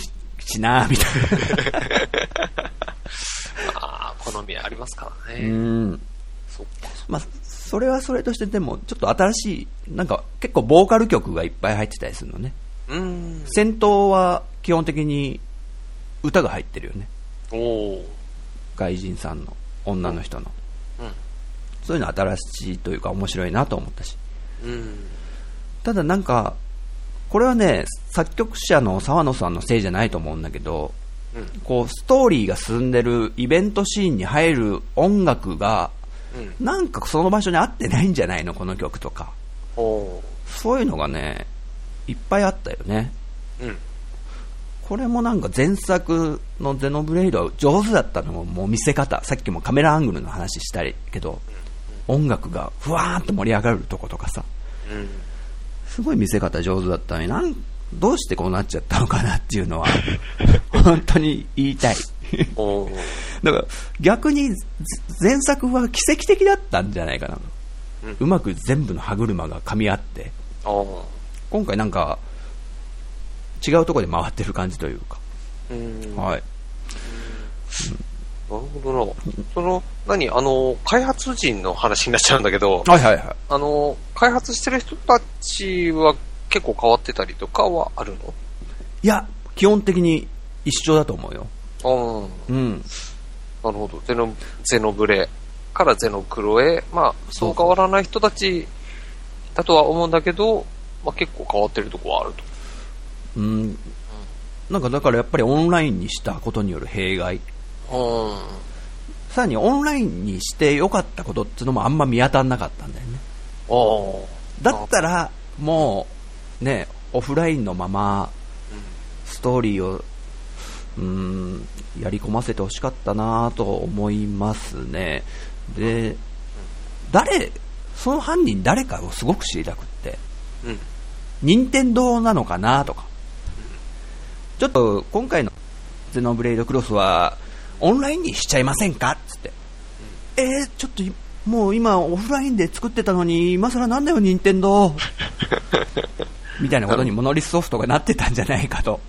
しなみたいな。 ああ、好みありますからね。 うん。そっか。まあ、それはそれとしてでも、ちょっと新しい、なんか結構ボーカル曲がいっぱい入ってたりするのね。 うん。 戦闘は基本的に歌が入ってるよね。 おお。 外人さんの、女の人の。 うん。 そういうの新しいというか面白いなと思ったし。 うん。 ただなんか、これはね、作曲者の沢野さんのせいじゃないと思うんだけど、うん、こうストーリーが進んでるイベントシーンに入る音楽が、うん、なんかその場所に合ってないんじゃないのこの曲とか。 おそういうのがねいっぱいあったよね。 うん、 これもなんか前作のゼノブレイドは上手だったのも、もう見せ方、さっきもカメラアングルの話したいけど、うん、音楽がふわーんと盛り上がるとことかさ、 うん、 すごい見せ方上手だったのに、なんどうしてこうなっちゃったのかなっていうのは本当に言いたいだから逆に前作は奇跡的だったんじゃないかな、うん、うまく全部の歯車が噛み合って、今回なんか違うところで回ってる感じというか、 うん、 はい、 うん、なるほどな。その何あの開発陣の話になっちゃうんだけど、 はいはいはい、 あの開発してる人たちは結構変わってたりとかはあるの？ いや基本的に一緒だと思うよ。 あ、 うん、 なるほど。ゼノゼノブレからゼノクロへ、まあそう変わらない人たちだとは思うんだけど、まあ、結構変わってるところはあると。 うん、うん、なんかだからやっぱりオンラインにしたことによる弊害、 うん、 さらにオンラインにして良かったことっていうのもあんま見当たんなかったんだよね。 あ、 だったらもうねオフラインのままストーリーをうーんやり込ませてほしかったなと思いますね。で、誰その犯人誰かをすごく知りたくって、 うん、 任天堂なのかなとか、ちょっと今回のゼノブレイドクロスはオンラインにしちゃいませんかっつって、うん、えー、ちょっともう今オフラインで作ってたのに今更なんだよ任天堂みたいなことにモノリスソフトがなってたんじゃないかと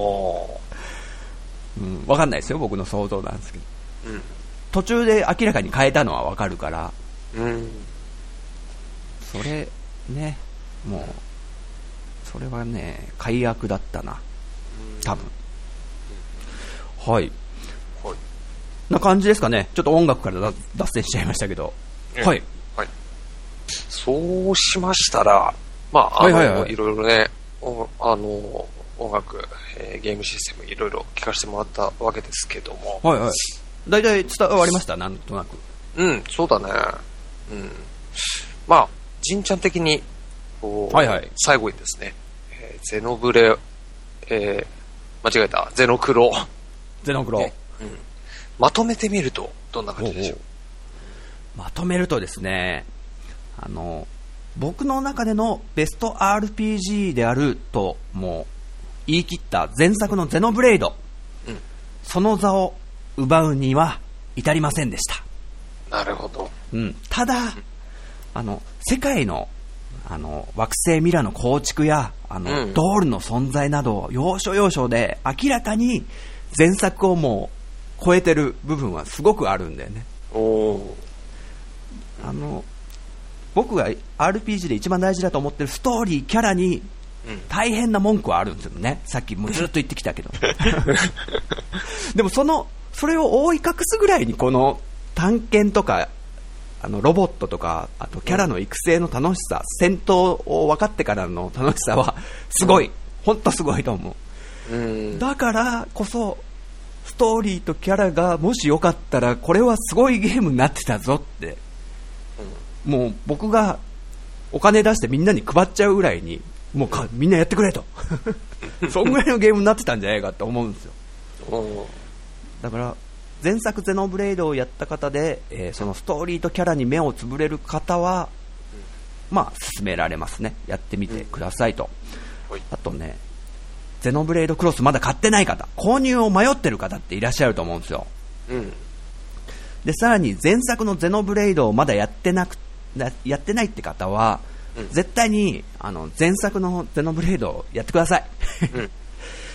うん、分かんないですよ、僕の想像なんですけど、 うん、 途中で明らかに変えたのは分かるから、 うん、 それね、もうそれはね改悪だったな多分、うん、はい、 はい、 な感じですかね。ちょっと音楽から脱線しちゃいましたけど、 うん、はい、はい、そうしましたら、まあ、あの、はいはいはい、いろいろね、あの音楽、えー、ゲームシステムいろいろ聞かせてもらったわけですけども、 はいはい、だいたい伝わりました？なんとなく。 うん、そうだね。うん、まあジンちゃん的にこう、はいはい、最後にですね、えー、ゼノブレ、えー、間違えたゼノクロゼノクロ、 ね、うん、まとめてみるとどんな感じでしょう？ まとめるとですね、あの僕の中でのベスト アールピージー であるともう言い切った前作のゼノブレイド、うん、その座を奪うには至りませんでした。 なるほど、 うん、ただ、うん、あの世界の、あの惑星ミラの構築やあの、うん、ドールの存在など要所要所で明らかに前作をもう超えてる部分はすごくあるんだよね。 おあの僕が アールピージー で一番大事だと思ってるストーリー、キャラに大変な文句はあるんですよね。さっきもずっと言ってきたけどでもそのそれを覆い隠すぐらいにこの探検とかあのロボットとかあとキャラの育成の楽しさ、戦闘を分かってからの楽しさはすごい、本当すごいと思う。 うん、 だからこそストーリーとキャラがもし良かったらこれはすごいゲームになってたぞって、うん、もう僕がお金出してみんなに配っちゃうぐらいにもうかみんなやってくれとそんぐらいのゲームになってたんじゃないかと思うんですよ。だから前作ゼノブレイドをやった方で、えー、そのストーリーとキャラに目をつぶれる方は、まあ勧められますね。やってみてくださいと、うん、あとねゼノブレイドクロスまだ買ってない方、購入を迷ってる方っていらっしゃると思うんですよ、 うん、 でさらに前作のゼノブレイドをまだやってなくやってないって方は、うん、絶対にあの前作のゼノブレイドをやってください、 うん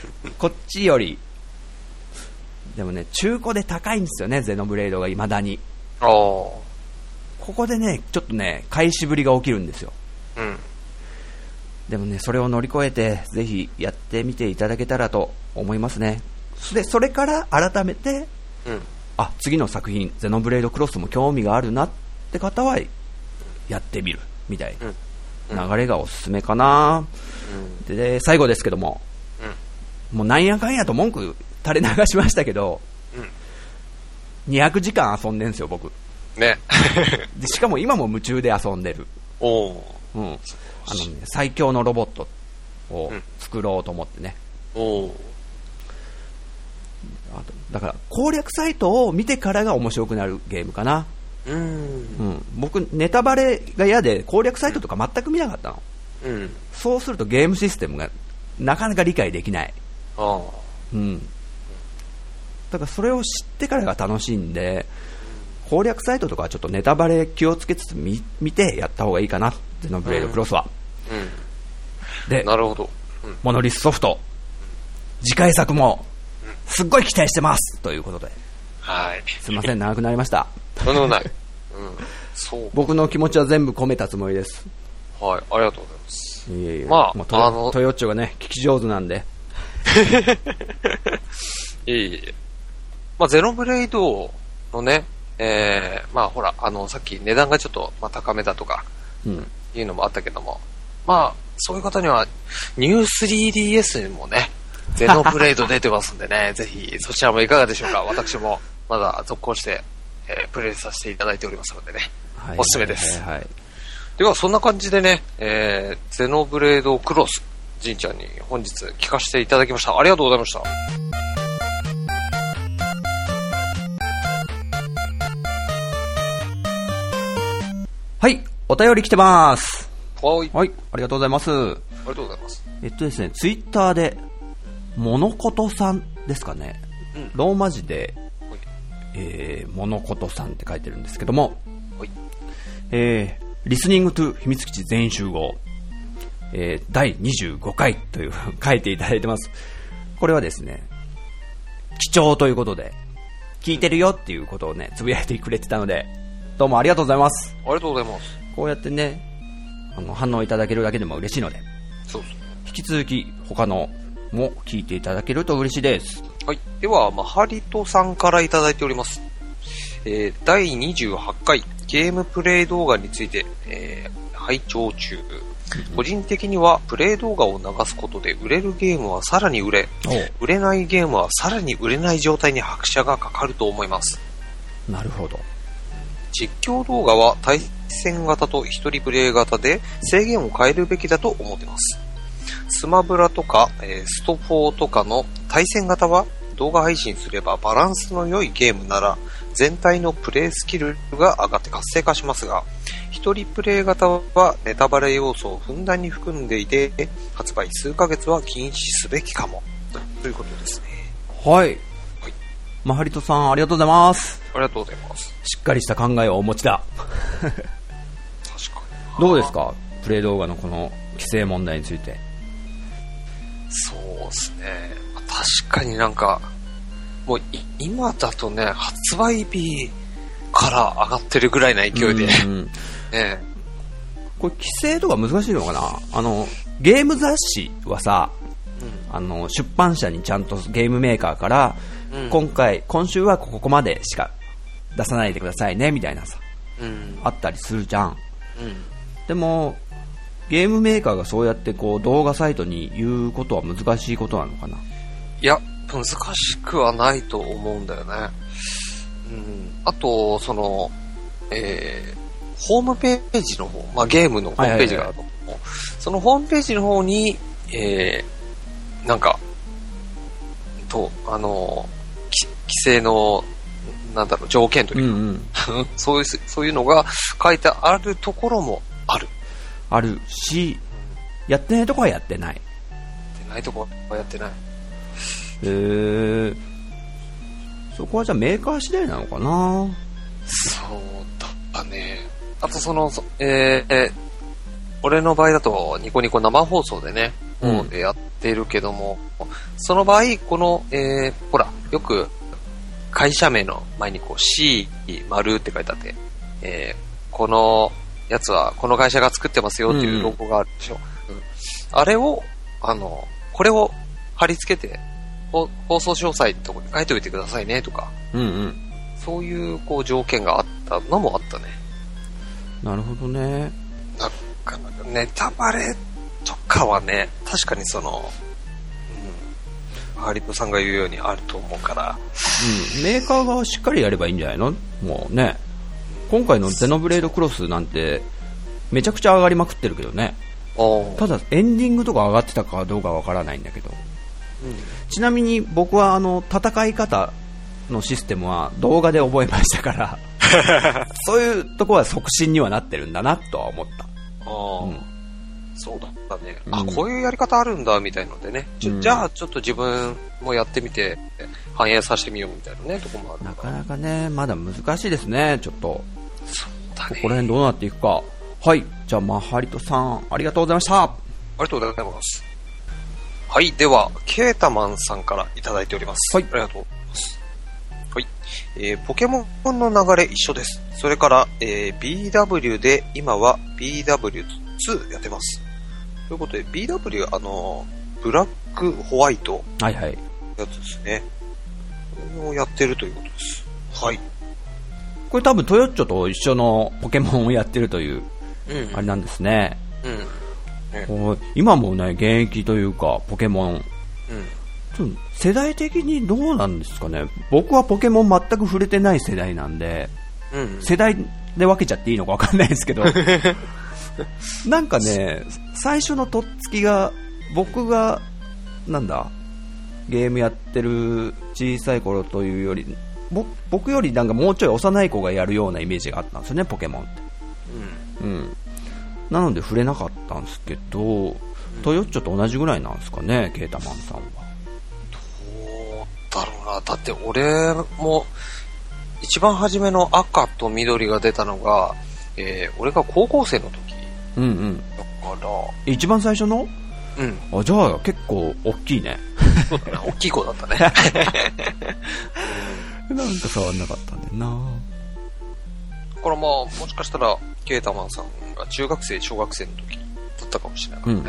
こっちよりでもね、中古で高いんですよね、ゼノブレイドが未だに。 ああ。ここでね、ちょっとね、買いしぶりが起きるんですよ。 うん。 でもね、それを乗り越えて、ぜひやってみていただけたらと思いますね。で、それから改めて、 うん、あ、 次の作品、ゼノブレイドクロスも興味があるなって方は、やってみる、みたいな流れがおすすめかな。うん、で、最後ですけども、うん、もうなんやかんやと文句垂れ流しましたけど、うん、にひゃくじかん遊んでんすよ、僕。 ね。 でしかも今も夢中で遊んでる。 おー。 うん。あのね、最強のロボットを作ろうと思ってね。 うん、おー。 あとだから攻略サイトを見てからが面白くなるゲームかな。 うん、うん、 僕ネタバレが嫌で攻略サイトとか全く見なかったの、うん、そうするとゲームシステムがなかなか理解できない。 あ、 うん、だからそれを知ってからが楽しいんで、攻略サイトとかはちょっとネタバレ気をつけつつ 見, 見てやった方がいいかな、ゼノブレイドクロスは、うんうん、で、 なるほど、 うん、モノリスソフト、次回作もすっごい期待してますということで、 はい、 すいません長くなりました。 とんでもない、うん、そう僕の気持ちは全部込めたつもりです。 はい、ありがとうございます。 いえいえ、 まあ、 もうトヨ、あのトヨッチョがね聞き上手なんでいえいえ、まあ、ゼノブレイドのね、えー、まあほら、あのさっき値段がちょっと、まあ、高めだとか、うん、いうのもあったけども、まあそういう方にはニュー スリーディーエス にもねゼノブレイド出てますんでねぜひそちらもいかがでしょうか。私もまだ続行して、えー、プレイさせていただいておりますのでね、はい、おすすめです、はいはいはい。ではそんな感じでね、えー、ゼノブレイドクロス、じんちゃんに本日聞かせていただきました。ありがとうございました。 はい、お便り来てます。 はい、 はい、ありがとうございます。ありがとうございます。 えっとですね、ツイッターでモノコトさんですかね、うん、ローマ字で、はい、えー、モノコトさんって書いてるんですけども、はい、えー、リスニングトゥ秘密基地全員集合、えー、だいにじゅうごかいという書いていただいてます。これはですね、貴重ということで聞いてるよっていうことをねつぶやいてくれてたので、どうもありがとうございます。 ありがとうございます。 こうやってね、あの反応いただけるだけでも嬉しいので、 そうそう、 引き続き他のも聞いていただけると嬉しいです。 はい、ではマハリトさんからいただいております。えー、だいにじゅうはちかいゲームプレイ動画について、えー、拝聴中。個人的にはプレイ動画を流すことで売れるゲームはさらに売れ、売れないゲームはさらに売れない状態に拍車がかかると思います。 なるほど。 実況動画は対戦型と一人プレイ型で制限を変えるべきだと思っています。スマブラとか、えー、ストフォーとかの対戦型は動画配信すればバランスの良いゲームなら全体のプレイスキルが上がって活性化しますが、一人プレイ型はネタバレ要素をふんだんに含んでいて発売数ヶ月は禁止すべきかもということですね。 はい、はい、マハリトさんありがとうございます。 ありがとうございます。 しっかりした考えをお持ちだ確かに。 どうですか、プレイ動画のこの規制問題について。 そうですね、確かになんかもう今だとね発売日から上がってるぐらいな勢いで、うんうんね、 これ規制とか難しいのかな。あのゲーム雑誌はさ、うん、あの出版社にちゃんとゲームメーカーから、うん、今回今週はここまでしか出さないでくださいねみたいなさ、うん、あったりするじゃん、うん、でもゲームメーカーがそうやってこう動画サイトに言うことは難しいことなのかな。 いや難しくはないと思うんだよね、うん、あとその、えー、ホームページの方、まあ、ゲームのホームページがあると思う、はいはいはい、そのホームページの方に、えー、なんかとあの規制のなんだろう条件というか、うんうん、そういうそういうのが書いてあるところもあるあるし、やってないとこはやってない。やってないとこはやってない。 へー、そこはじゃあメーカー次第なのかな。 そうだね。あとその、えー、俺の場合だとニコニコ生放送でね、 をやってるけども、うん、その場合、この、えー、ほら、よく会社名の前にこう C 丸って書いてあって、えー、このやつはこの会社が作ってますよっていうロゴがあるでしょ。うんうん、あれを、あの、これを貼り付けて、放送詳細のところに書いておいてくださいねとか、 うんうん、 そういうこう条件があったのもあったね。 なるほどね。 なんかネタバレとかはね、確かにその、うん、ハリポさんが言うようにあると思うから、 うん、メーカーがしっかりやればいいんじゃないの？もうね、今回のゼノブレードクロスなんてめちゃくちゃ上がりまくってるけどね。ただエンディングとか上がってたかどうかわからないんだけど、うん、ちなみに僕はあの戦い方のシステムは動画で覚えましたからそういうとこは促進にはなってるんだなとは思った。 あ、うん、そうだったね、うん、あ、こういうやり方あるんだみたいのでね、ちょ、うん、じゃあちょっと自分もやってみて反映させてみようみたいなねとこもある。 なかなかねまだ難しいですね。ちょっとそうだね、 ここら辺どうなっていくか。はい、じゃあマハリトさんありがとうございました。 ありがとうございます。はい、ではケータマンさんからいただいております。はい、ありがとうございます。はい、えー、ポケモンの流れ一緒です。それから、えー、ビーダブリュー で今は ビーダブリューツー やってます。ということで ビーダブリュー あのブラックホワイトはいはいやつですね。これをやってるということです。はい。 これ多分トヨッチョと一緒のポケモンをやってるという、うん、あれなんですね。うん、ね、今もね現役というかポケモン、うん、ちょっと世代的にどうなんですかね。僕はポケモン全く触れてない世代なんで、うん、世代で分けちゃっていいのか分かんないですけどなんかね最初のとっつきが僕がなんだゲームやってる小さい頃というより僕よりなんかもうちょい幼い子がやるようなイメージがあったんですよねポケモンって、うんうん、なので触れなかったんですけど、うん、トヨッチョと同じぐらいなんですかねケータマンさんは。 どうだろうな。だって俺も一番初めの赤と緑が出たのが、えー、俺が高校生の時、 うんうん、 だから一番最初の、 うん、 あじゃあ結構大きいね大きい子だったねなんか触んなかったんだよな。 だからまあもしかしたらケータマンさんが中学生小学生の時だったかもしれないからね、うんうん、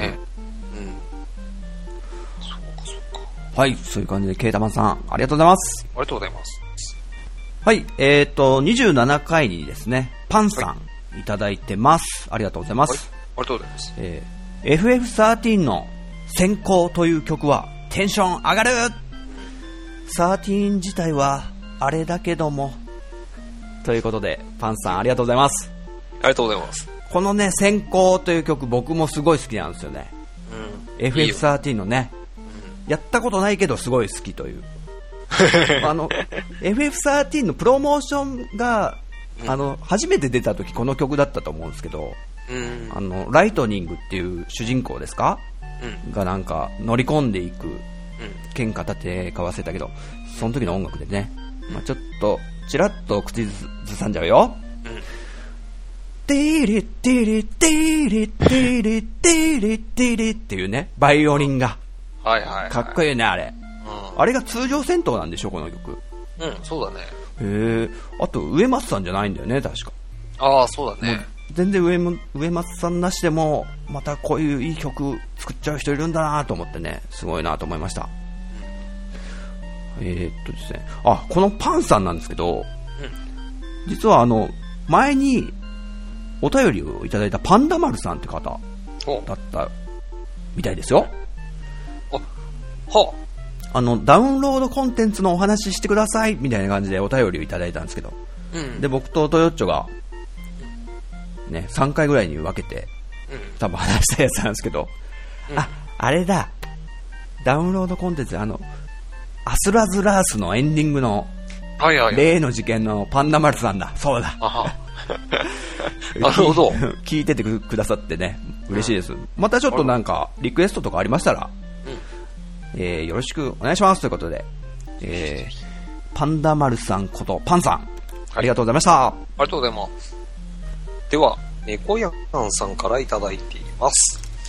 そうかそうか。 はい、そういう感じでケータマンさんありがとうございます。 ありがとうございます。 はい、えーとにじゅうななかいにですねパンさんいただいてます、はい、ありがとうございます、はい、 ありがとうございます。 えー、エフエフサーティーン の先行という曲はテンション上がる。サーティーン自体はあれだけどもということでパンさんありがとうございます。 ありがとうございます。このね先行という曲僕もすごい好きなんですよね、うん、エフエフサーティーン のね、うん、やったことないけどすごい好きというあの エフエフサーティーン のプロモーションが、うん、あの初めて出た時この曲だったと思うんですけど、うん、あのライトニングっていう主人公ですか、うん、がなんか乗り込んでいく、うん、剣片手かわせたけどその時の音楽でね、まあ、ちょっとチラッと口ずさんじゃうよ、うん、テレテレテレテレテレテレっていうねバイオリンが、 はいはいはい、 かっこいいねあれ、うん、あれが通常戦闘なんでしょこの曲。 うん、そうだね。 へえ。あと上松さんじゃないんだよね確か。 ああそうだね。 全然上も上松さんなしでもまたこういういい曲作っちゃう人いるんだなと思ってねすごいなと思いました。えー、っとですね、あ、このパンさんなんですけど、うん、実はあの前にお便りをいただいたパンダ丸さんって方だったみたいですよ。 あ、はあ、あのダウンロードコンテンツのお話ししてくださいみたいな感じでお便りをいただいたんですけど、うん、で僕とトヨッチョが、ね、さんかいぐらいに分けて、うん、多分話したやつなんですけど、うん、あ、あれだ、ダウンロードコンテンツ、あのアスラズラースのエンディングの例の事件のパンダ丸さんだ。そうだ。 なるほど。 聞いててくださってね嬉しいです、うん、またちょっとなんかリクエストとかありましたら、うん、えー、よろしくお願いしますということで、えー、パンダ丸さんことパンさんありがとうございました。 ありがとうございます。では猫やんさんからいただいています。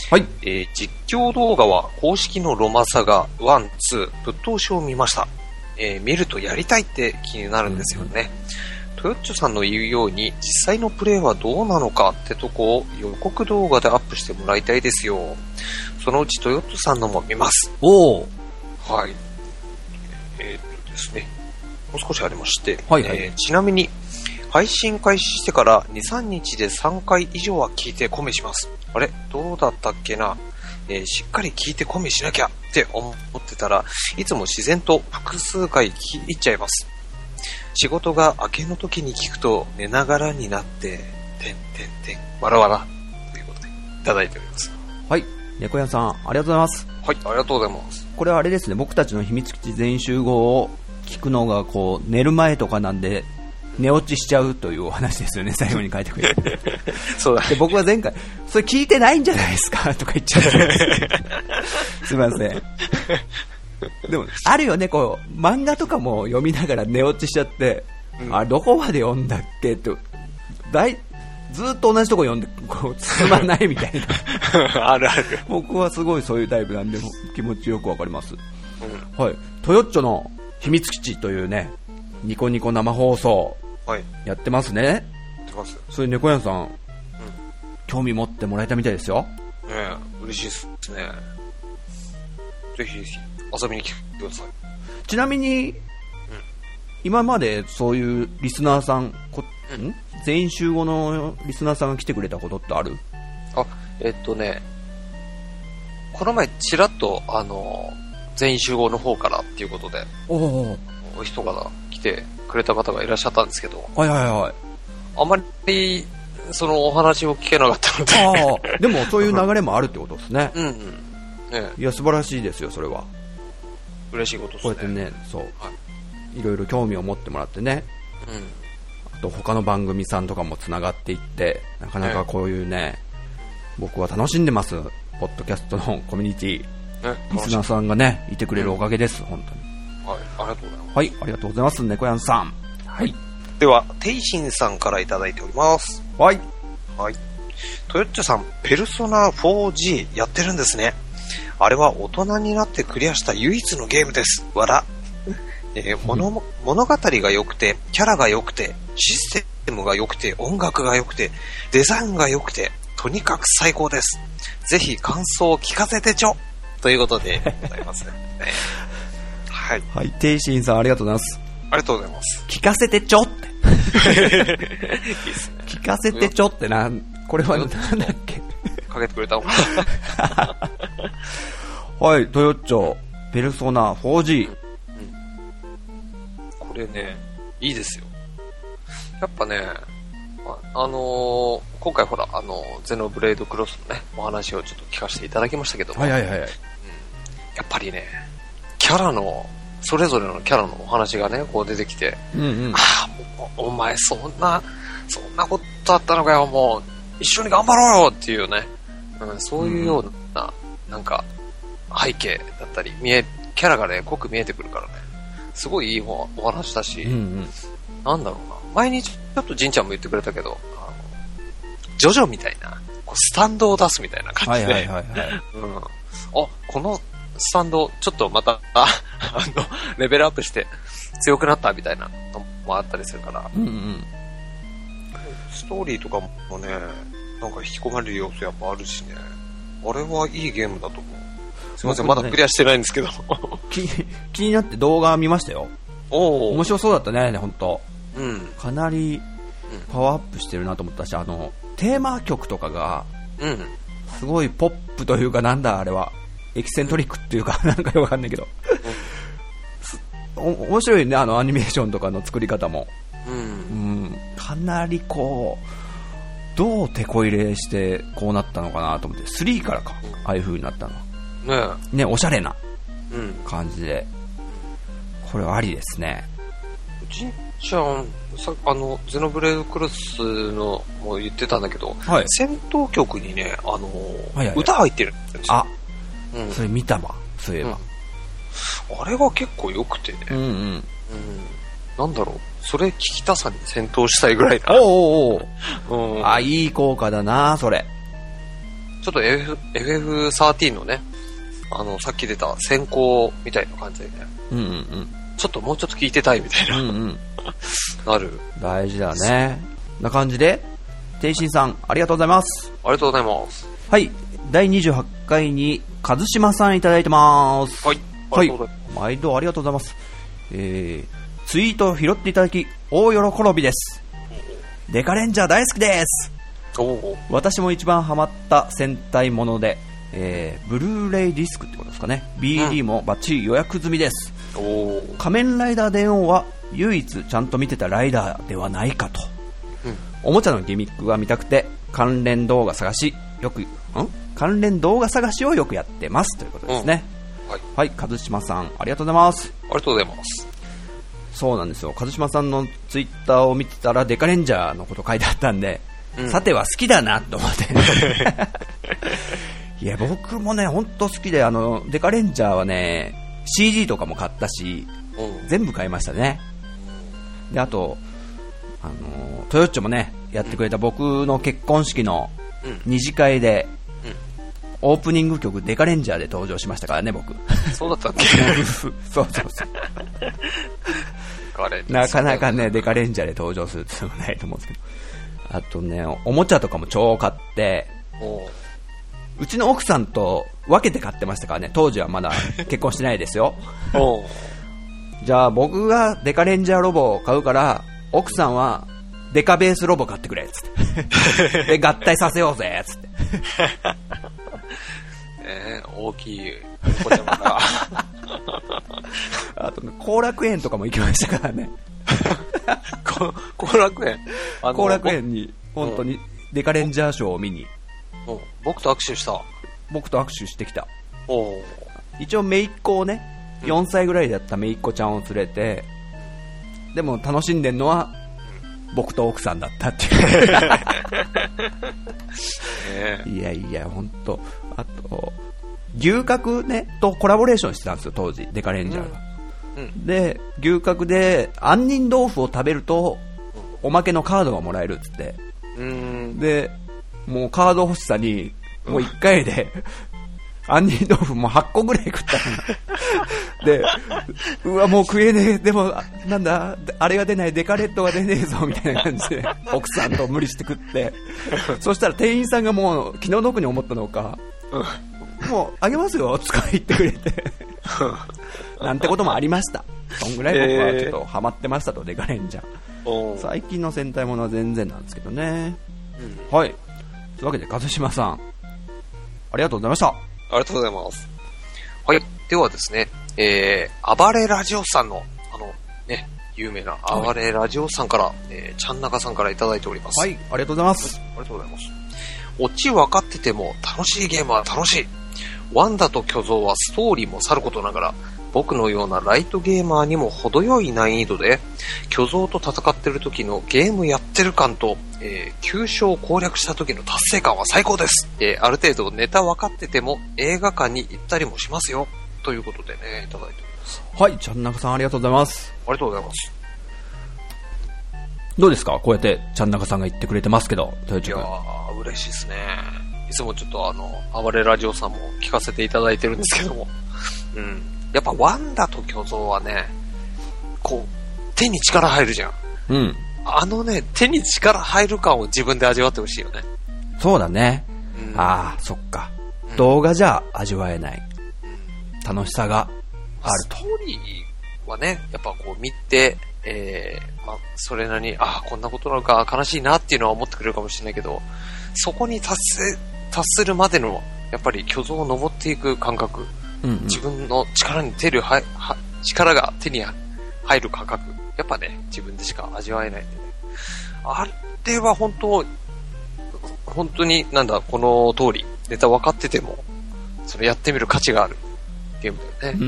はい。 えー、実況動画は公式のロマサガいち、にぶっ通しを見ました。えー、見るとやりたいって気になるんですよね。うん、トヨッチョさんの言うように実際のプレイはどうなのかってとこを予告動画でアップしてもらいたいですよ。そのうちトヨッチョさんのも見ます。 おー。 はい。えー、っとですね。もう少しありまして、 はいはい、 えー、ちなみに配信開始してからに、さんにちでさんかい以上は聞いてコメします。あれどうだったっけな、えー、しっかり聞いてコメしなきゃって思ってたらいつも自然と複数回聞いちゃいます。仕事が明けの時に聞くと寝ながらになっててんてんてんわらわらということでいただいております。 はい、猫屋さんありがとうございます。 はい、ありがとうございます。 これはあれですね、僕たちの秘密基地全員集合を聞くのがこう寝る前とかなんで寝落ちしちゃうというお話ですよね。最後に書いてくれてそうだ。 で僕は前回それ聞いてないんじゃないですかとか言っちゃってすいません。でもあるよね、こう漫画とかも読みながら寝落ちしちゃって、うん、あどこまで読んだっけとだいずっと同じとこ読んでこう進まないみたいなあるある。 僕はすごいそういうタイプなんで気持ちよくわかります。 うん、 はい、トヨッチョの秘密基地というねニコニコ生放送やってますね。やってます。 それ猫屋さん、うん、興味持ってもらえたみたいですよ。 ねえ、嬉しいですね。ぜひ遊びに来てください。 ちなみに、うん、今までそういうリスナーさん、こん、ん全員集合のリスナーさんが来てくれたことってある？ あ、えっとね、この前ちらっとあの全員集合の方からっていうことで、 おおお人が来てくれた方がいらっしゃったんですけど、 はいはいはい。 あまりそのお話を聞けなかったので、 あでもそういう流れもあるってことですね。 うんうん。ね、 いや素晴らしいですよそれは。 嬉しいことですね。 こうやってね、そう、はい、いろいろ興味を持ってもらってね。 うん。 あと他の番組さんとかもつながっていってなかなかこういうね、ね僕は楽しんでます。ポッドキャストのコミュニティ、ね、リスナーさんがねいてくれるおかげです、うん、本当に。 はい、ありがとうございます。 はい、ありがとうございます、猫やんさん。はい。 では、テイシンさんからいただいております。 はい。 はい。トヨッチョさん、ペルソナ フォージー やってるんですね。あれは大人になってクリアした唯一のゲームです。わら。えー、物, 物語が良くて、キャラが良くて、システムが良くて、音楽が良くて、デザインが良くて、とにかく最高です。ぜひ感想を聞かせてちょということでございますね。はい。 はい、テイシンさんありがとうございます。 ありがとうございます。 聞かせてちょって。 いいですね。 聞かせてちょってなん、これはなんだっけ。 かけてくれたのかはい、トヨッチョ、ペルソナ フォージー、うんうん。 これね、いいですよ。やっぱね、あ、あのー、今回ほら、あのー、ゼノブレードクロスのね、お話をちょっと聞かせていただきましたけども。 はいはいはい。うん、 やっぱりね、キャラの、それぞれのキャラのお話がね、こう出てきて、 うんうん、 ああ、お前そんな、そんなことあったのかよ、もう、一緒に頑張ろうよっていうね、うん、そういうような、うん、なんか、背景だったり、見え、キャラがね、濃く見えてくるからね、すごいいい お, お話だし、 うんうん、 なんだろうな、前にちょっとジンちゃんも言ってくれたけど、あのジョジョみたいな、こうスタンドを出すみたいな感じで、 はいはいはいはい、 うん、あ、このスタンド、ちょっとまた、あの、レベルアップして強くなったみたいなのもあったりするから、 うんうん、 ストーリーとかもね、なんか引き込まれる要素やっぱあるしね、あれはいいゲームだと思う。すいません、まだクリアしてないんですけど。 気, 気になって動画見ましたよ。 お面白そうだったね、ほんと。 うん。 かなりパワーアップしてるなと思ったし、あの、テーマ曲とかが、 うん。 すごいポップというか、なんだあれは、エキセントリックっていうか、なんかよくわかんないけど。うん、お面白いね、あのアニメーションとかの作り方も。 うん。うん、 かなりこう、どう手こ入れしてこうなったのかなと思って、スリーからか、ああいう風になったの。 ねえ。 ね、おしゃれな感じで、うん、これはありですね。 じんちゃん、さあの、ゼノブレードクロスのも言ってたんだけど、 はい、 戦闘曲にね、あのーはいはいはい、 歌入ってるんですよ。 あ、うん、それ見たわ、そういえば。 うん、あれが結構良くてね、 うんうんうん、 なんだろう、それ聞きたさに戦闘したいぐらいな。 おうおうおう、 うん、 あ、いい効果だな、それ。 ちょっと エフエフエフじゅうさんのね、あの、さっき出た先行みたいな感じでね。 うんうんうん。 ちょっともうちょっと聞いてたいみたいな。うんうん。なる。 大事だね。な感じで、天心さん、ありがとうございます。 ありがとうございます。 はい。だいにじゅうはちかいに、和島さんいただいてます。 はい。 はい。毎度ありがとうございます。えー、ツイートを拾っていただき、大喜びです。デカレンジャー大好きです。 お私も一番ハマった戦隊もので、えー、ブルーレイディスクってことですかね。ビーディー もバッチリ予約済みです。 うん、お仮面ライダー電王は唯一ちゃんと見てたライダーではないかと。うん、おもちゃのギミックが見たくて関連動画探しよくん関連動画探しをよくやってますということですね。 うん、はい、 はい、和島さんありがとうございます。 ありがとうございます。 そうなんですよ。和島さんのツイッターを見てたらデカレンジャーのこと書いてあったんで、うん、さては好きだなと思っていや僕もね本当好きで、あのデカレンジャーはね シーディー とかも買ったし、うん、全部買いましたね。であとあのトヨッチョもねやってくれた僕の結婚式の二次会で、うんうん、オープニング曲デカレンジャーで登場しましたからね僕。 そうだったっけそうそうそうなかなかねデカレンジャーで登場するっていうのはないと思うんですけど、あとねおもちゃとかも超買って、うちの奥さんと分けて買ってましたからね。当時はまだ結婚してないですよじゃあ僕がデカレンジャーロボを買うから奥さんはデカベースロボ買ってくれっつってで合体させようぜっつってえー、大きいお子ちゃまがあとね後楽園とかも行きましたからね後楽園後楽園に本当にデカレンジャーショーを見に、 うん、僕と握手した。 僕と握手してきた。 お一応姪っ子をねよんさいぐらいだった姪っ子ちゃんを連れて、でも楽しんでんのは僕と奥さんだったっていういやいや本当。あと牛角ねとコラボレーションしてたんですよ当時デカレンジャーが、うんうん、で牛角で杏仁豆腐を食べるとおまけのカードがもらえるっつって、 うん、 でもうカード欲しさにもういっかいで杏仁豆腐もはっこぐらい食ったのでうわもう食えねえ、でもなんだあれが出ないデカレットが出ねえぞみたいな感じで奥さんと無理して食ってそしたら店員さんがもう気の毒に思ったのか、もうあげますよ使い言ってくれてなんてこともありました。そんぐらい僕はちょっとハマってましたと、デカレンジャー。最近の戦隊ものは全然なんですけどね、うん、はい。というわけで和島さんありがとうございました。 ありがとうございます。はい。ではですね、えー、暴れラジオさんの、あの、ね、有名な暴れラジオさんから、はい、えー、ちゃんなかさんからいただいております。 はい、ありがとうございます。 ありがとうございます。オチ分かってても楽しいゲームは楽しい。ワンダと巨像はストーリーもさることながら、僕のようなライトゲーマーにも程よい難易度で、巨像と戦ってる時のゲームやってる感と、えー、急所を攻略した時の達成感は最高です。えー、ある程度ネタ分かってても映画館に行ったりもしますよ。ということでね、いただいております。 はい、ちゃんなかさんありがとうございます。 ありがとうございます。 どうですか、こうやってちゃんなかさんが言ってくれてますけど、豊地君。 いやー、嬉しいですね。いつもちょっとあの、暴れラジオさんも聞かせていただいてるんですけども、うん。やっぱワンダと巨像はね、こう、手に力入るじゃん。 うん。 あのね、手に力入る感を自分で味わってほしいよね。 そうだね。うん、ああ、そっか、うん。動画じゃ味わえない。楽しさがあると。 ストーリーはね、やっぱこう見て、えー、まあ、それなりに、ああ、こんなことなのか悲しいなっていうのは思ってくれるかもしれないけど、そこに達せ、達するまでの、やっぱり巨像を登っていく感覚。うんうん、自分の力に手るはは力が手に入る感覚、やっぱね自分でしか味わえないんでね。あれは本当本当になんだこの通りネタ分かっててもそれやってみる価値があるゲームだよね。 うん。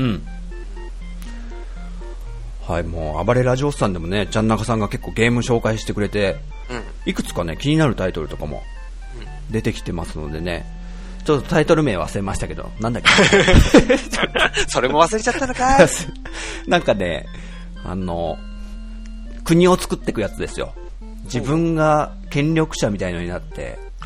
はい、もう暴れラジオさんでもね、ちゃんなかさんが結構ゲーム紹介してくれて、うん、いくつかね気になるタイトルとかも出てきてますのでね。ちょっとタイトル名忘れましたけど、なんだっけそれも忘れちゃったのかいなんかね、あの国を作っていくやつですよ。自分が権力者みたいのになって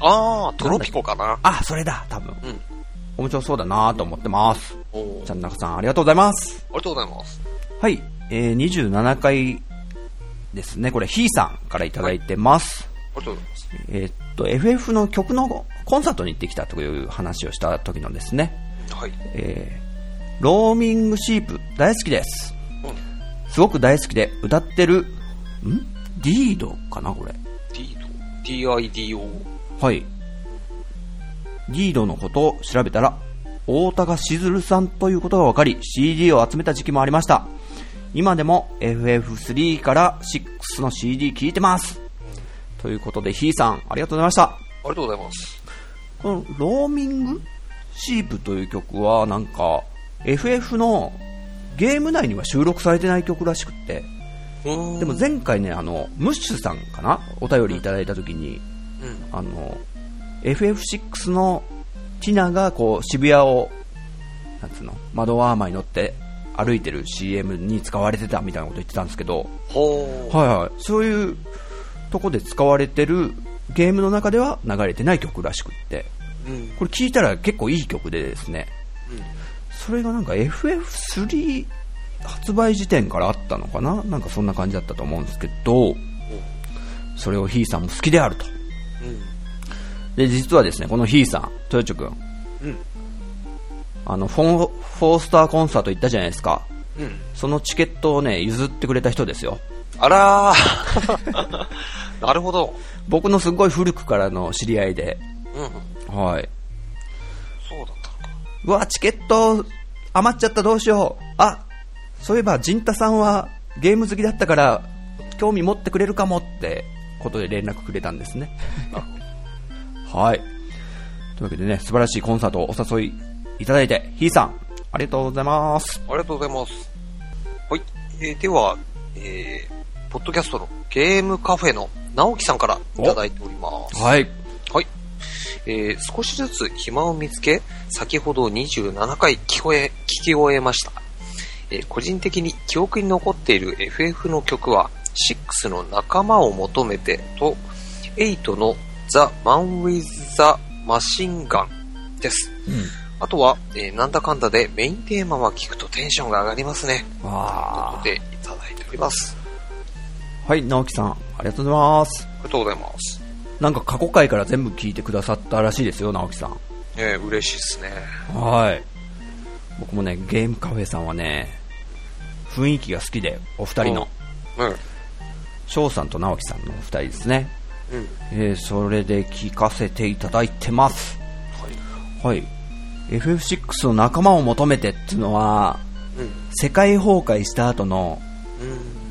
あー、トロピコかな。 あ、それだ、多分。 うん。 面白そうだなと思ってます。 おちゃんなかさん、ありがとうございます。 ありがとうございます。 はい、えー、にじゅうななかいですね。これ、ひーさんからいただいてます。 はい、ありがとうございます。 えー、っと、エフエフ の曲のコンサートに行ってきたという話をした時のですね。 はい。 えー、ローミングシープ大好きです。うん。すごく大好きで歌ってる、んディードかなこれ。 ディード ディーアイディーオーはい。ディードのことを調べたら、大高しずるさんということが分かり シーディー を集めた時期もありました。今でも エフエフスリー からシックスの シーディー 聴いてます、うん、ということでひーさんありがとうございました。ありがとうございます。 このローミングシープという曲はなんか エフエフ のゲーム内には収録されてない曲らしくって、でも前回ねあのムッシュさんかなお便りいただいた時に、うん、あの エフエフシックス のティナがこう渋谷をなんつうの窓アーマーに乗って歩いてる シーエム に使われてたみたいなこと言ってたんですけど、はいはい、そういうとこで使われてるゲームの中では流れてない曲らしくって、うん、これ聞いたら結構いい曲でですね、うん、それがなんか エフエフスリー 発売時点からあったのかな、なんかそんな感じだったと思うんですけど、うん、それをヒーさんも好きであると、うん、で実はですねこのヒーさんトヨチョ君、うん、あのフォー、フォースターコンサート行ったじゃないですか、うん、そのチケットをね譲ってくれた人ですよ。 あらーなるほど。 僕のすごい古くからの知り合いで、うん、はい。 そうだったのか。 うわチケット余っちゃったどうしよう。あ、そういえばジンタさんはゲーム好きだったから興味持ってくれるかもってことで連絡くれたんですねはい。というわけでね素晴らしいコンサートをお誘いいただいてヒーさんありがとうございます。 ありがとうございます。はい、えー、では、えー、ポッドキャストのゲームカフェの直樹さんからいただいております。 はい。 はい。えー、少しずつ暇を見つけ、先ほどにじゅうななかい聞こえ、聞き終えました。えー、個人的に記憶に残っている エフエフ の曲は、シックスの仲間を求めてと、エイトの The Man with the Machine Gun です。うん、あとは、えー、なんだかんだでメインテーマは聞くとテンションが上がりますね。 わということでいただいております。 はい、直樹さんありがとうございます。 ありがとうございます。 なんか過去回から全部聞いてくださったらしいですよ直樹さん。 えー、嬉しいですね。 はい。僕もねゲームカフェさんはね雰囲気が好きでお二人の、うん、翔さんと直樹さんのお二人ですね、うんえー、それで聞かせていただいてます。はい、はい、エフエフシックス の仲間を求めてっていうのは、うん、世界崩壊した後の、うん、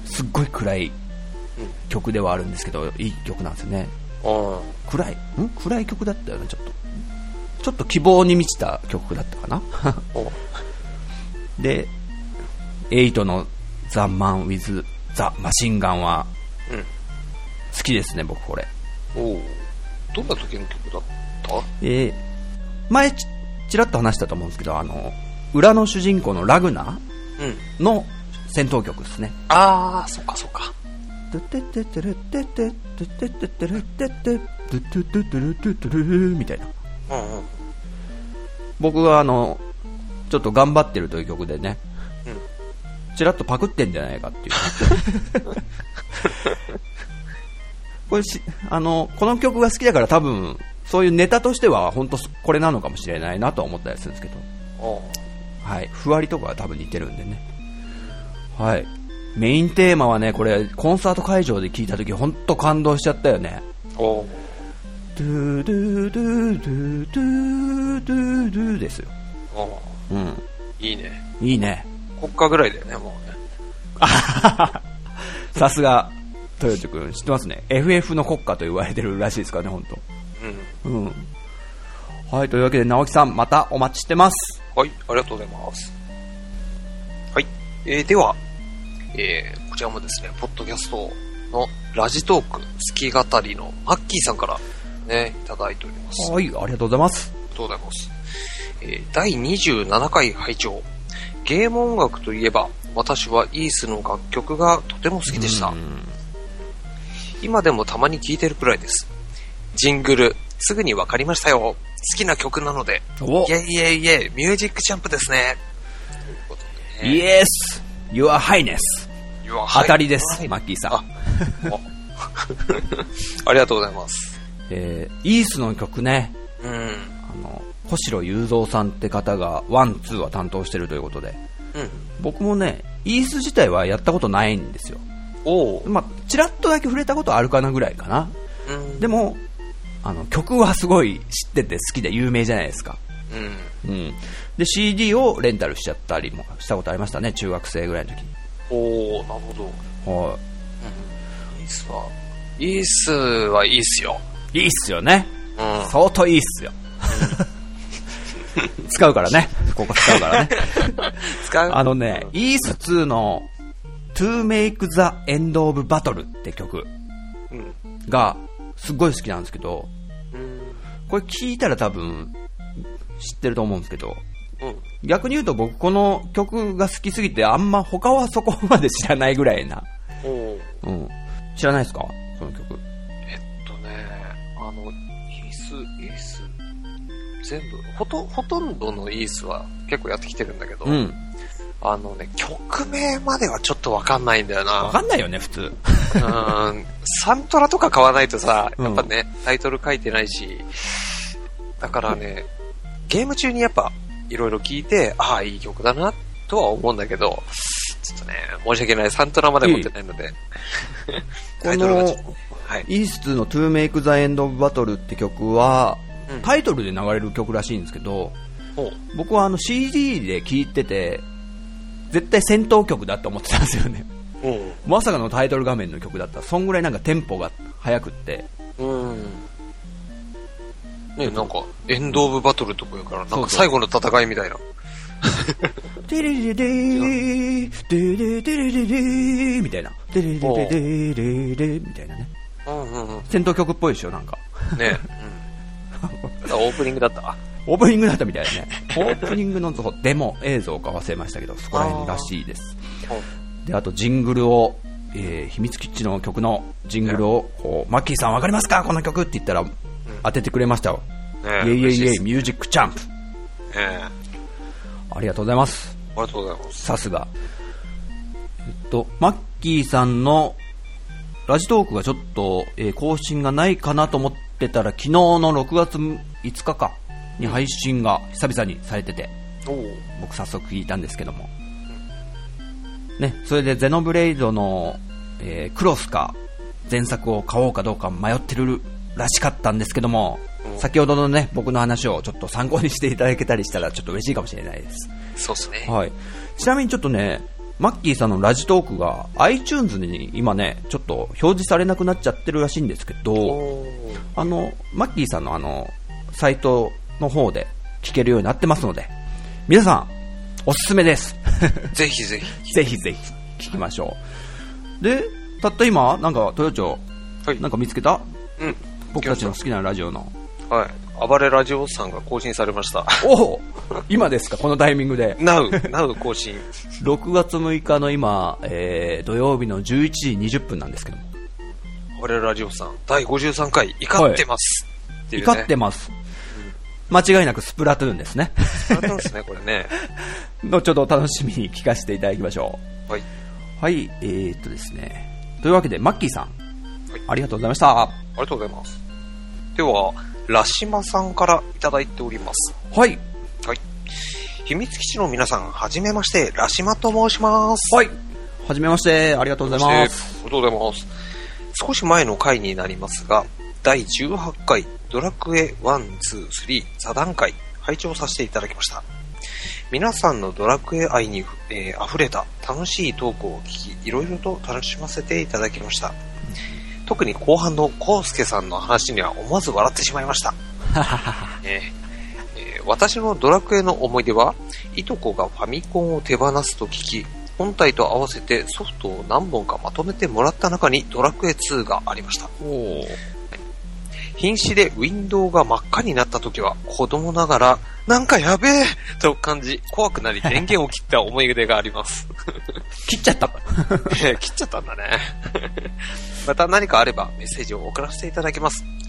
すっごい暗い曲ではあるんですけどいい曲なんですよね。暗いん暗い曲だったよね。ちょっとちょっと希望に満ちた曲だったかなでエイトの The Man with the Machine Gun は、うん、好きですね僕これ。 おどんな時の曲だった？ えー、前 ち, ちらっと話したと思うんですけどあの裏の主人公のラグナの戦闘曲ですね。 うん、ああそっかそっか。 みたいな、うんうん、僕はあのちょっと頑張ってるという曲でね、うん、ちらっとパクってんじゃないかっていうこれしあのこの曲が好きだから多分そういうネタとしては本当これなのかもしれないなと思ったりするんですけど、はい、ふわりとかは多分似てるんでね。はい、メインテーマはねこれコンサート会場で聴いた時ほんと感動しちゃったよね。おドゥドゥドゥドゥドゥドゥドゥですよ。 うん、いいねいいね。 国歌ぐらいだよねもうねさすがトヨチョ君知ってますね。 エフエフ の国歌と言われてるらしいですからね本当、うんうん、はいというわけで直樹さんまたお待ちしてます。 はい、ありがとうございます。はい、えー、では、えー、こちらもですね、ポッドキャストのラジトーク好き語りのマッキーさんからね、いただいております。 はい、ありがとうございます。 ありがとうございます。えー、だいにじゅうななかい拝聴。ゲーム音楽といえば、私はイースの楽曲がとても好きでした。今でもたまに聴いてるくらいです。ジングル、 すぐにわかりましたよ。好きな曲なので。イェイイェイイェイ、ミュージックジャンプですね。ということでね。 イエス Your Highness。当たりです、マッキーさん。あ, ありがとうございます。 えー、イースの曲ね。うん。あの、小城雄三さんって方がワン、ツーは担当してるということで。うん。僕もね、イース自体はやったことないんですよ。おお。まあ、ちらっとだけ触れたことあるかなぐらいかな。うん。でも、あの、曲はすごい知ってて好きで有名じゃないですか。うん。うん。で、シーディー をレンタルしちゃったりもしたことありましたね、中学生ぐらいの時に。 おお、なるほど。はい。うん。イースは、イースはいいっすよ。 いいっすよね。うん。相当いいっすよ。使うからね。ここ使うからね。使う。あのね、うん、イースツーの To Make the End of Battle って曲がすっごい好きなんですけど、うん、これ聞いたら多分知ってると思うんですけど、うん、逆に言うと僕この曲が好きすぎてあんま他はそこまで知らないぐらいな。うん、知らないですかその曲。 えっとね、あのイースイース全部ほとほとんどのイースは結構やってきてるんだけど、うん、あのね曲名まではちょっとわかんないんだよな。 わかんないよね普通。 うん、サントラとか買わないとさ、やっぱね、うん、タイトル書いてないし、だからね、ゲーム中にやっぱいろいろ聞いて、ああいい曲だなとは思うんだけど、ちょっとね申し訳ない、サントラまで持ってないので、タイトルがちょっと、はい、 イースツーの To Make the End of Battle って曲は、うん、タイトルで流れる曲らしいんですけど、僕はあの シーディー で聴いてて絶対戦闘曲だと思ってたんですよね。まさかのタイトル画面の曲だった。そんぐらいなんかテンポが速くって、うんね、なんかエンドオブバトルとか言うからなんか最後の戦いみたいな。 テレレレーテレテレレレーみたいな、テレレレレレみたいなね、うんうんうん、戦闘曲っぽいでしょなんかね、 うん、オープニングだった。 オープニングだったみたいなね。オープニングのデモ映像か忘れましたけど、そこら辺らしいです。で、あとジングルを、えー、秘密基地の曲のジングルをこうマッキーさんわかりますかこの曲って言ったら当ててくれましたよ。ね、イェイイェイイェイミュージックジャンプ。ね、ありがとうございます。 ありがとうございます。 さすが。えっとマッキーさんのラジトークがちょっと、えー、更新がないかなと思ってたら昨日のろくがついつかかに配信が久々にされてて、うん、僕早速聞いたんですけども、うん、ね、それでゼノブレイドの、えー、クロスか前作を買おうかどうか迷ってるらしかったんですけども、うん、先ほどのね僕の話をちょっと参考にしていただけたりしたらちょっと嬉しいかもしれないです。 そうですね、 はい、ちなみにちょっとねマッキーさんのラジトークが iTunes に今ねちょっと表示されなくなっちゃってるらしいんですけど、あのマッキーさんのあのサイトの方で聞けるようになってますので皆さんおすすめです。 ぜひぜひぜひぜひ聞きましょう。でたった今なんか豊町、はい、なんか見つけた、うん、僕たちの好きなラジオの、 はい、暴れラジオさんが更新されました。 おお今ですかこのタイミングで。 Now Now 更新。 ろくがつむいかの今、えー、土曜日のじゅういちじにじゅっぷんなんですけども、 暴れラジオさんだいごじゅうさんかい怒ってます、 はい、っていうね、怒ってます、うん、間違いなくスプラトゥーンですね。 スプラトゥーンですねこれね。 後ほど楽しみに聞かせていただきましょう。はいはい、えー、っとですねというわけでマッキーさん、はい、ありがとうございました。 ありがとうございます。ではラシマさんからいただいております。 はいはい。秘密基地の皆さんはじめまして、ラシマと申します。 はい、はじめまして、ありがとうございます。 ありがとうございます。少し前の回になりますがだいじゅうはちかいドラクエいち、に、さん座談会拝聴させていただきました。皆さんのドラクエ愛に、えー、溢れた楽しいトークを聞きいろいろと楽しませていただきました。特に後半のコウスケさんの話には思わず笑ってしまいました。えーえー、私のドラクエの思い出はいとこがファミコンを手放すと聞き本体と合わせてソフトを何本かまとめてもらった中にドラクエツーがありました。お瀕死でウィンドウが真っ赤になった時は子供ながらなんかやべえと感じ怖くなり電源を切った思い出があります。 切っちゃった切っちゃったんだね。また何かあればメッセージを送らせていただきます。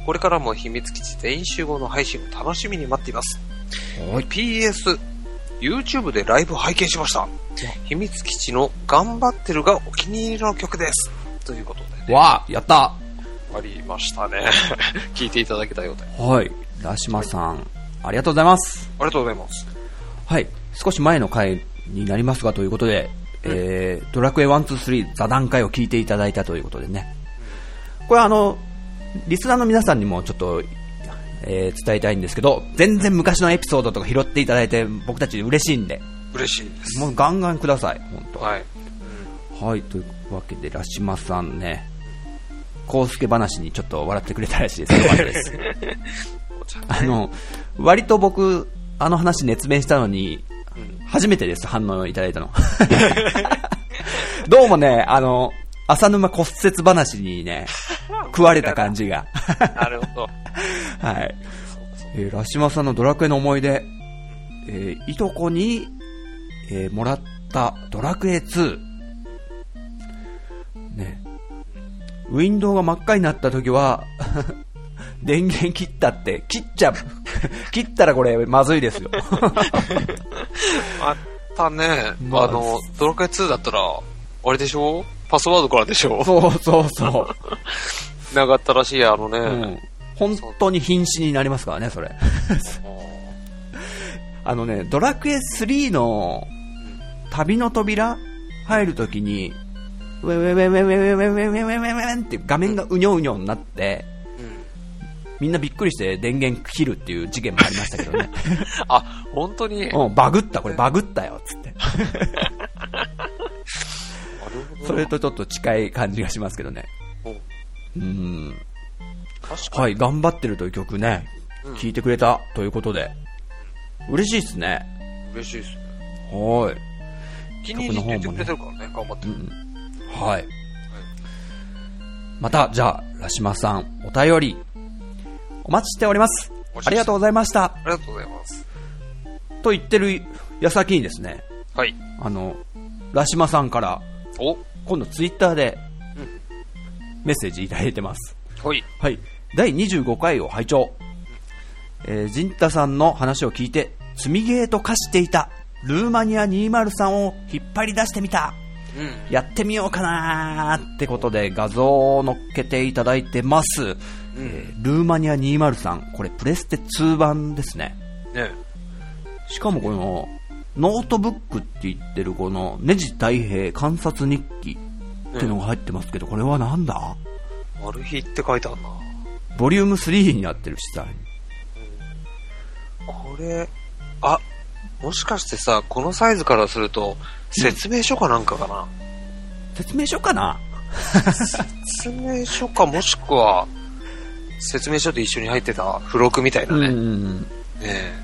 これからも秘密基地全員集合の配信を楽しみに待っています。ピーエス、YouTube でライブ拝見しました。秘密基地の頑張ってるがお気に入りの曲です。ということで、ね。 わあ、やったありましたね。聞いていただけたようで。 はい。ラシマさん、はい、ありがとうございます。 ありがとうございます。 はい。少し前の回になりますがということで、うん、えー、ドラクエいち、に、さん座談会を聞いていただいたということでね。これはあの、リスナーの皆さんにもちょっと、えー、伝えたいんですけど、全然昔のエピソードとか拾っていただいて僕たち嬉しいんで。 嬉しいです。 もうガンガンください。本当。 はい。 うん、はい。というわけで、ラシマさんね、コウスケ話にちょっと笑ってくれたらしいです。よかったです。あの、割と僕、あの話熱弁したのに、うん、初めてです、反応をいただいたの。どうもね、あの、浅沼骨折話にね、食われた感じが。 なるほど。 はい。えー、ラシマさんのドラクエの思い出、えー、いとこに、えー、もらったドラクエツー。ね。ウィンドウが真っ赤になった時は、電源切ったって、切っちゃう。切ったらこれまずいですよ。 あったね。まあ、あの、ドラクエツーだったら、あれでしょ？パスワードからでしょ？ そうそうそう。 なかったらしい、あのね。うん、 本当に瀕死になりますからね、それ。あのね、ドラクエスリーの旅の扉入るときに、ウェウェウェウェウェウェウェウェウェウェウェウェって画面がうにょうにょになって、うん、みんなびっくりして電源切るっていう事件もありましたけどね。 あ、本当に？ うん、バグった、これバグったよ、つって。それとちょっと近い感じがしますけどね。うん。確かに。はい、頑張ってるという曲ね、うん、聞いてくれたということで、嬉しいですね。 嬉しいですね。 はい。 気に入って言ってくれてるからね、頑張ってる。うん、 はい。はい、また、じゃあ、ラシマさん、お便り、お待ちしております。ありがとうございました。 ありがとうございます。 と言ってる矢先にですね、 はい。 あの、ラシマさんから、 お今度ツイッターで、うん、メッセージいただいてます。 はい。 はい。だいにじゅうごかいを拝聴。えー、ジンタさんの話を聞いて、積みゲーと化していたルーマニアにひゃくさんを引っ張り出してみた。うん、やってみようかなーってことで画像を載っけていただいてます。うん、えー、ルーマニアにひゃくさん、これプレステツー版ですね。 ね。しかもこのノートブックって言ってるこのネジ太平観察日記ってのが入ってますけど、これはなんだ？ マル秘って書いてあるな。 ボリュームスリーになってるしさ、 うん、これあ、もしかしてさ、このサイズからすると説明書かなんかかな、うん、 説明書かな説明書か、もしくは説明書と一緒に入ってた付録みたいなね、うん、ねえ、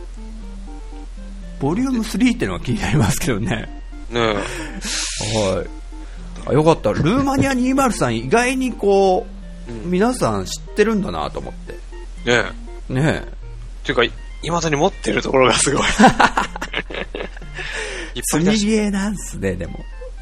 ボリュームスリーってのは気になりますけどね。 ねえ。はい。 あ、よかった。ルーマニアにひゃくさん意外にこう、うん、皆さん知ってるんだなと思って。 ねえ。ねえ。 っていうか、未だに持ってるところがすごい。 積みゲーなんすね、でも。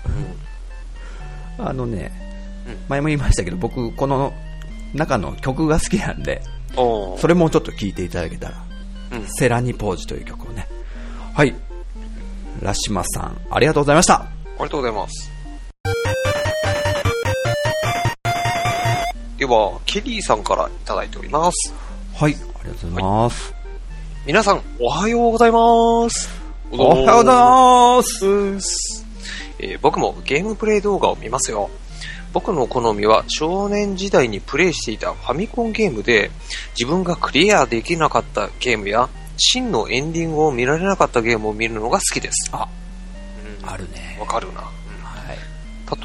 うん、あのね、うん、前も言いましたけど、僕、この中の曲が好きなんで、それもちょっと聴いていただけたら、うん、セラニポージという曲をね。はい。ラシマさん、ありがとうございました。ありがとうございます。では、ケリーさんからいただいております。 はい、ありがとうございます。はい、 皆さん、おはようございます。 おはようございます。 えー、僕もゲームプレイ動画を見ますよ。僕の好みは少年時代にプレイしていたファミコンゲームで、自分がクリアできなかったゲームや、真のエンディングを見られなかったゲームを見るのが好きです。 あ、 うん、 あるね。 わかるな、うん、 はい。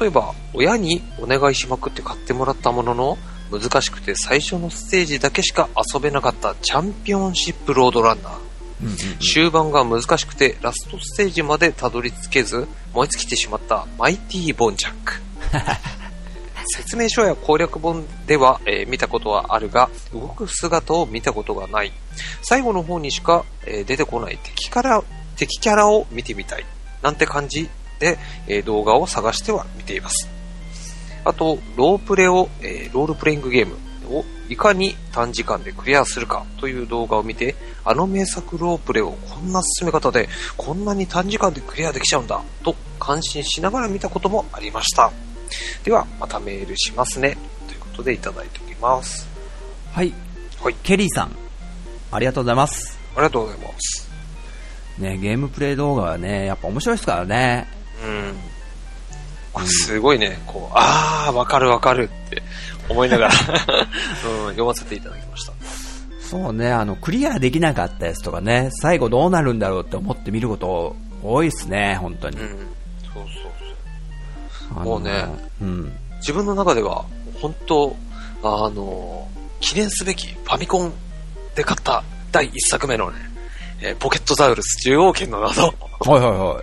例えば、親にお願いしまくって買ってもらったものの、難しくて最初のステージだけしか遊べなかったチャンピオンシップロードランナー。うんうんうん、終盤が難しくてラストステージまでたどり着けず、燃え尽きてしまったマイティーボンジャック。説明書や攻略本では、えー、見たことはあるが、動く姿を見たことがない。最後の方にしか、えー、出てこない敵から、敵キャラを見てみたい。なんて感じで、えー、動画を探しては見ています。あと、ロープレを、えー、ロールプレイングゲーム、 をいかに短時間でクリアするかという動画を見て、あの名作ロープレをこんな進め方でこんなに短時間でクリアできちゃうんだと感心しながら見たこともありました。ではまたメールしますねということでいただいております。 はい、 はい、 ケリーさんありがとうございます。 ありがとうございますね。ゲームプレイ動画はねやっぱ面白いですからね。 うんすごいね、こう、あー、わかるわかるって思いながら、うん、読ませていただきました。 そうね、あの、クリアできなかったやつとかね、最後どうなるんだろうって思って見ること多いですね、本当に。うん、 そうそうそう。もうね、 うん、 自分の中では、本当、あの、記念すべきファミコンで買っただいいっさくめのね、えー、ポケットザウルス中央圏の謎。 はいはいはい。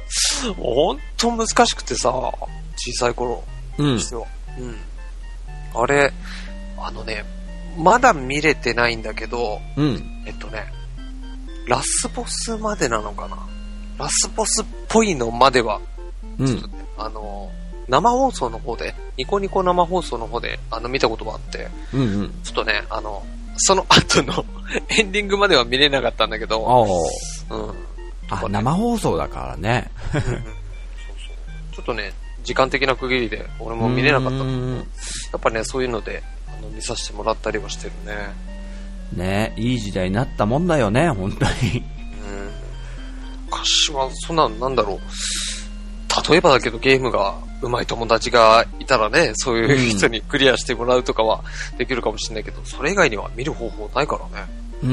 本当難しくてさ、小さい頃にしては、うん、うん。あれ、あのね、まだ見れてないんだけど、 うん、 えっとね、ラスボスまでなのかな。ラスボスっぽいのまでは、ちょっとね、うん、あの、生放送の方で、ニコニコ生放送の方で、あの、見たことがあって、 うんうん、ちょっとね、あの、その後のエンディングまでは見れなかったんだけど、うん、 あ、ね、生放送だからね。 うんうん、そうそう。ちょっとね、時間的な区切りで俺も見れなかったんだけど、やっぱね、そういうのであの見させてもらったりはしてるね。 ね、いい時代になったもんだよね、本当に。 うん。昔はそんな、なんだろう。例えばだけどゲームが上手い友達がいたらね、そういう人にクリアしてもらうとかはできるかもしれないけど、それ以外には見る方法ないからね。 うん。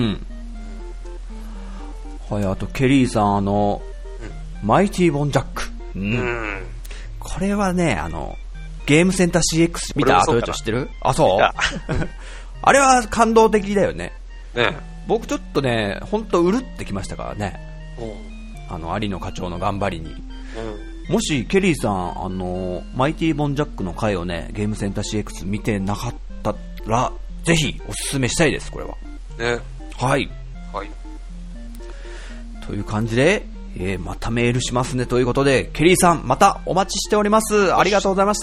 はい、あとケリーさん、あの、うん、マイティボンジャック。うん。うんこれはね、あの、ゲームセンター シーエックス 見たトヨタ知ってる？あ、そうあれは感動的だよね。 ね僕ちょっとね、ほんとうるってきましたからね。あの、有野課長の頑張りに。うん、もし、ケリーさん、あの、マイティボンジャックの回をね、ゲームセンター シーエックス 見てなかったら、ぜひおすすめしたいです、これは。 ね。 はい。 はい。 という感じで、えー、またメールしますねということで、ケリーさんまたお待ちしております。ありがとうございました。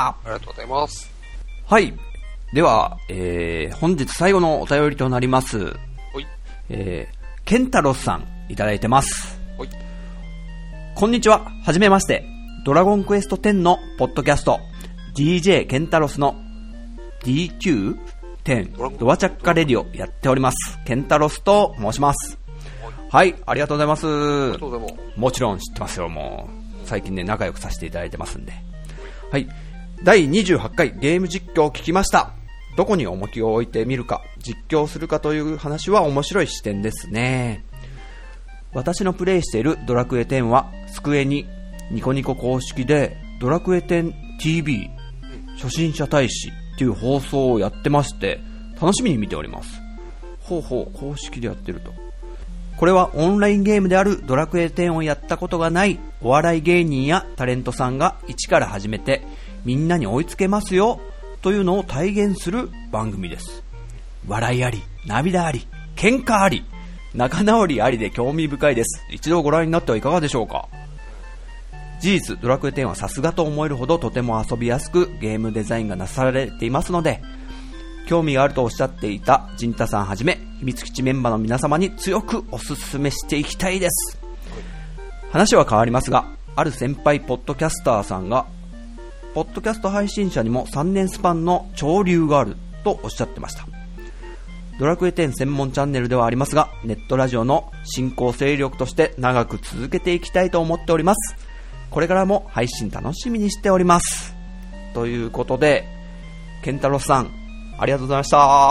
ありがとうございます。 はい。では、えー、本日最後のお便りとなります。 はい。 えー、ケンタロスさんいただいてます。 はい。 こんにちは。はじめまして。ドラゴンクエストテンのポッドキャスト ディージェー ケンタロスの ディーキューテン ドアチャッカレディオやっております。ケンタロスと申します。はい、ありがとうございます。ありがとうございます。 もちろん知ってますよ、もう。最近ね、仲良くさせていただいてますんで。はい。だいにじゅうはちかいゲーム実況を聞きました。どこに重きを置いてみるか、実況するかという話は面白い視点ですね。私のプレイしているドラクエテンは、スクエニ、ニコニコ公式で、ドラクエテン ティービー、初心者大使っていう放送をやってまして、楽しみに見ております。ほうほう、公式でやってると。これはオンラインゲームであるドラクエテンをやったことがないお笑い芸人やタレントさんが一から始めてみんなに追いつけますよというのを体現する番組です。笑いあり、涙あり、喧嘩あり、仲直りありで興味深いです。一度ご覧になってはいかがでしょうか。事実ドラクエテンはさすがと思えるほどとても遊びやすくゲームデザインがなされていますので、興味があるとおっしゃっていた陣太さんはじめ秘密基地メンバーの皆様に強くお勧めしていきたいです。話は変わりますが、ある先輩ポッドキャスターさんがポッドキャスト配信者にもさんねんスパンの潮流があるとおっしゃってました。ドラクエテン専門チャンネルではありますが、ネットラジオの新興勢力として長く続けていきたいと思っております。これからも配信楽しみにしております。ということで、ケンタロスさんありがとうございました。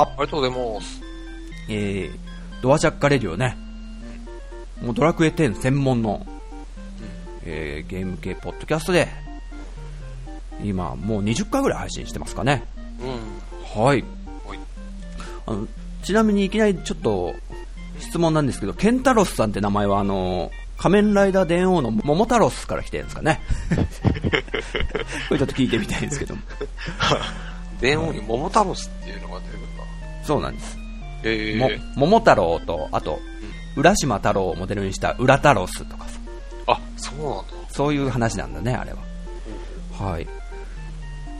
ありがとうございます。 えー、ドアチャッカレディオね、うん、もうドラクエテン専門の、うんえー、ゲーム系ポッドキャストで今もうにじゅっかいぐらい配信してますかね。 うん、 はい。あのちなみにいきなりちょっと質問なんですけど、ケンタロスさんって名前はあの仮面ライダー電王の桃太郎から来てるんですかね。これちょっと聞いてみたいんですけども。 電王に桃太郎っていうのが出るんだ。 そうなんです。 えー、 も桃太郎とあと、うん、浦島太郎をモデルにした浦太郎スとかさ。 あ、そうなんだ。 そういう話なんだね、あれは。うん、はい。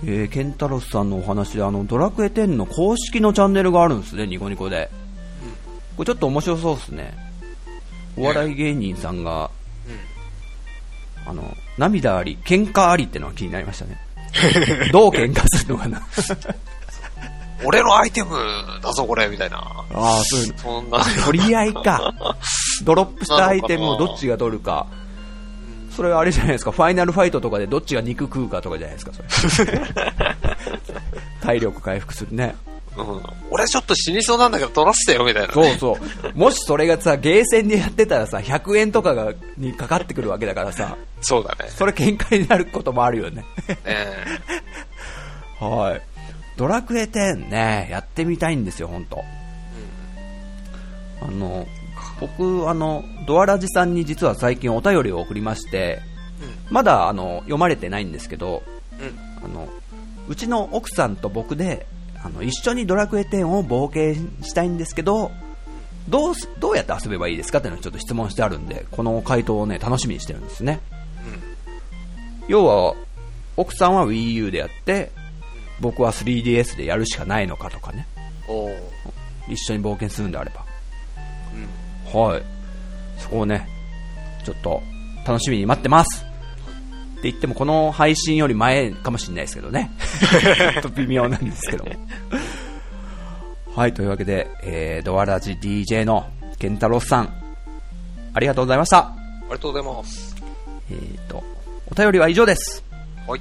えー、ケンタロスさんのお話であのドラクエテンの公式のチャンネルがあるんですね、ニコニコで、うん、これちょっと面白そうですね。お笑い芸人さんが、うん、あの涙あり喧嘩ありってのが気になりましたねどう喧嘩するのかな俺のアイテムだぞこれみたいな。 ああ、そういうの。 そんな取り合いかドロップしたアイテムをどっちが取るか。それはあれじゃないですか、ファイナルファイトとかでどっちが肉食うかとかじゃないですか、それ体力回復するね、 うん、俺ちょっと死にそうなんだけど取らせてよみたいな、ね、 そうそう。もしそれがさゲーセンでやってたらさひゃくえんとかがにかかってくるわけだからさ、 そうだね、 それ喧嘩になることもあるよねえー、はい。ドラクエテンね、やってみたいんですよ本当、うん、あの僕あのドアラジさんに実は最近お便りを送りまして、うん、まだあの読まれてないんですけど、うん、あのうちの奥さんと僕であの一緒にドラクエテンを冒険したいんですけど、どうどうやって遊べばいいですかっていうのをちょっと質問してあるんで、この回答をね楽しみにしてるんですね、うん、要は奥さんは WiiU でやって僕は スリーディーエス でやるしかないのかとかね、お一緒に冒険するんであれば、うん、はい、そこをねちょっと楽しみに待ってますって言ってもこの配信より前かもしれないですけどねちょっと微妙なんですけどもはい、というわけで、えー、ドアラジ ディージェー のケンタロスさんありがとうございました。ありがとうございます。 えーとお便りは以上です。 はい。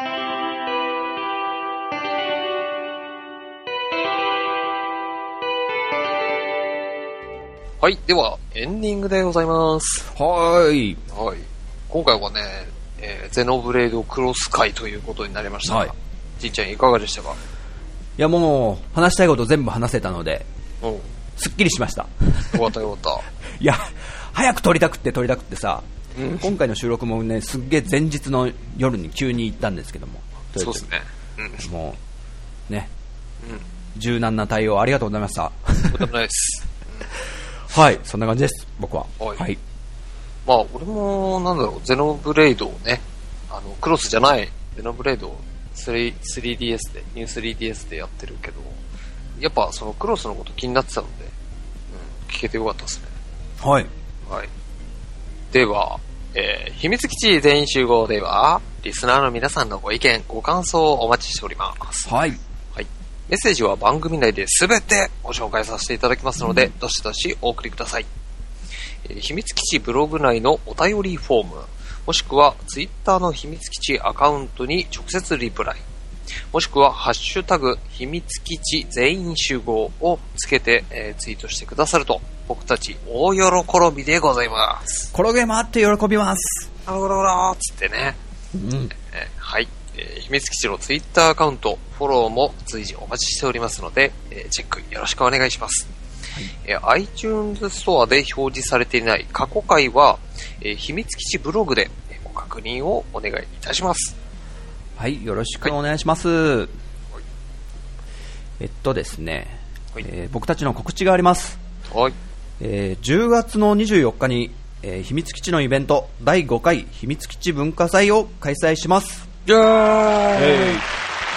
はい、ではエンディングでございます。 はい。 はい。今回はね、えー、ゼノブレードクロス会ということになりましたが、はい、じいちゃんいかがでしたか？ いやもう話したいこと全部話せたので、うん、すっきりしました。 よかったよかった。 いや早く撮りたくって撮りたくってさ、うん、今回の収録もねすっげえ前日の夜に急に行ったんですけども、 そうですね。 うん、もうね、うん、柔軟な対応ありがとうございました。 とんでもないです。 はい、そんな感じです、僕は。 はい。はい、まあ、俺も、なんだろう、ゼノブレイドをね、あの、クロスじゃない、ゼノブレイドを スリーディーエス で、ニュー スリーディーエス でやってるけど、やっぱそのクロスのこと気になってたので、うん、聞けてよかったですね。 はい。 はい。では、えー、秘密基地全員集合では、リスナーの皆さんのご意見、ご感想をお待ちしております。 はい。 メッセージは番組内で全てご紹介させていただきますので、うん、どしどしお送りください。えー、秘密基地ブログ内のお便りフォーム、もしくはツイッターの秘密基地アカウントに直接リプライ、もしくはハッシュタグ秘密基地全員集合をつけて、えー、ツイートしてくださると僕たち大喜びでございます。 転げ回って喜びます。 あららららーっつってね。うん、えー、はい。えー、秘密基地のツイッターアカウントフォローも随時お待ちしておりますので、えー、チェックよろしくお願いします。はい、えー、iTunes ストアで表示されていない過去回は、えー、秘密基地ブログでご確認をお願いいたします。 はい、よろしくお願いします。はい、えっとですね、はい、えー、僕たちの告知があります。 はい。 えー、じゅうがつのにじゅうよっかに、えー、秘密基地のイベントだいごかい秘密基地文化祭を開催します。 イエーイ。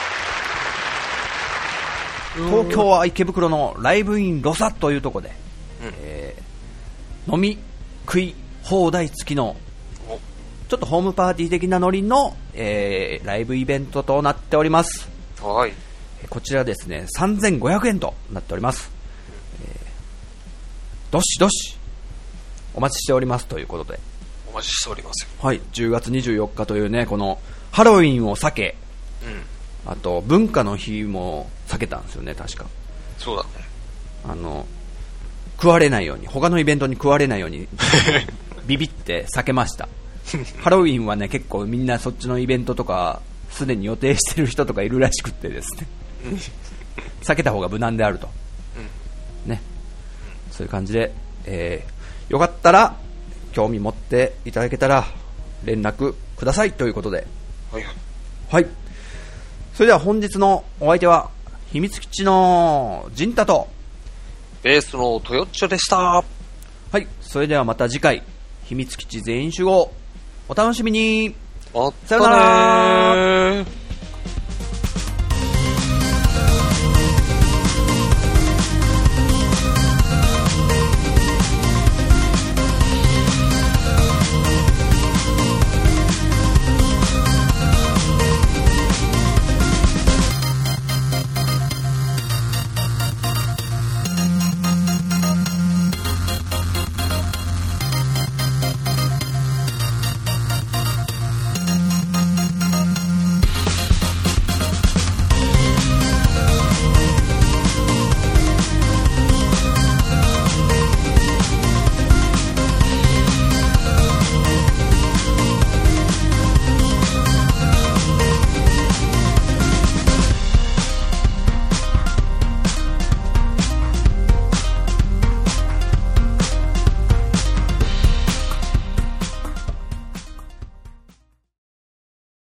東京は池袋のライブインロサというところで、うん、えー、飲み食い放題付きのちょっとホームパーティー的なノリの、えー、ライブイベントとなっております。 はい。 こちらですねさんぜんごひゃくえんとなっております。えー、どしどしお待ちしておりますということで。 お待ちしておりますよ。 はい、じゅうがつにじゅうよっかというねこのハロウィンを避け、うん、あと文化の日も避けたんですよね確か。 そうだね。 あの食われないように他のイベントに食われないようにビビって避けました。ハロウィンはね結構みんなそっちのイベントとかすでに予定してる人とかいるらしくってですね避けた方が無難であると、うん、ね、うん、そういう感じで、えー、よかったら興味持っていただけたら連絡くださいということで、 はい、 はい、それでは本日のお相手は秘密基地のジンタとベースのトヨッチョでした。はい、それではまた次回秘密基地全員集合お楽しみに。 さよなら。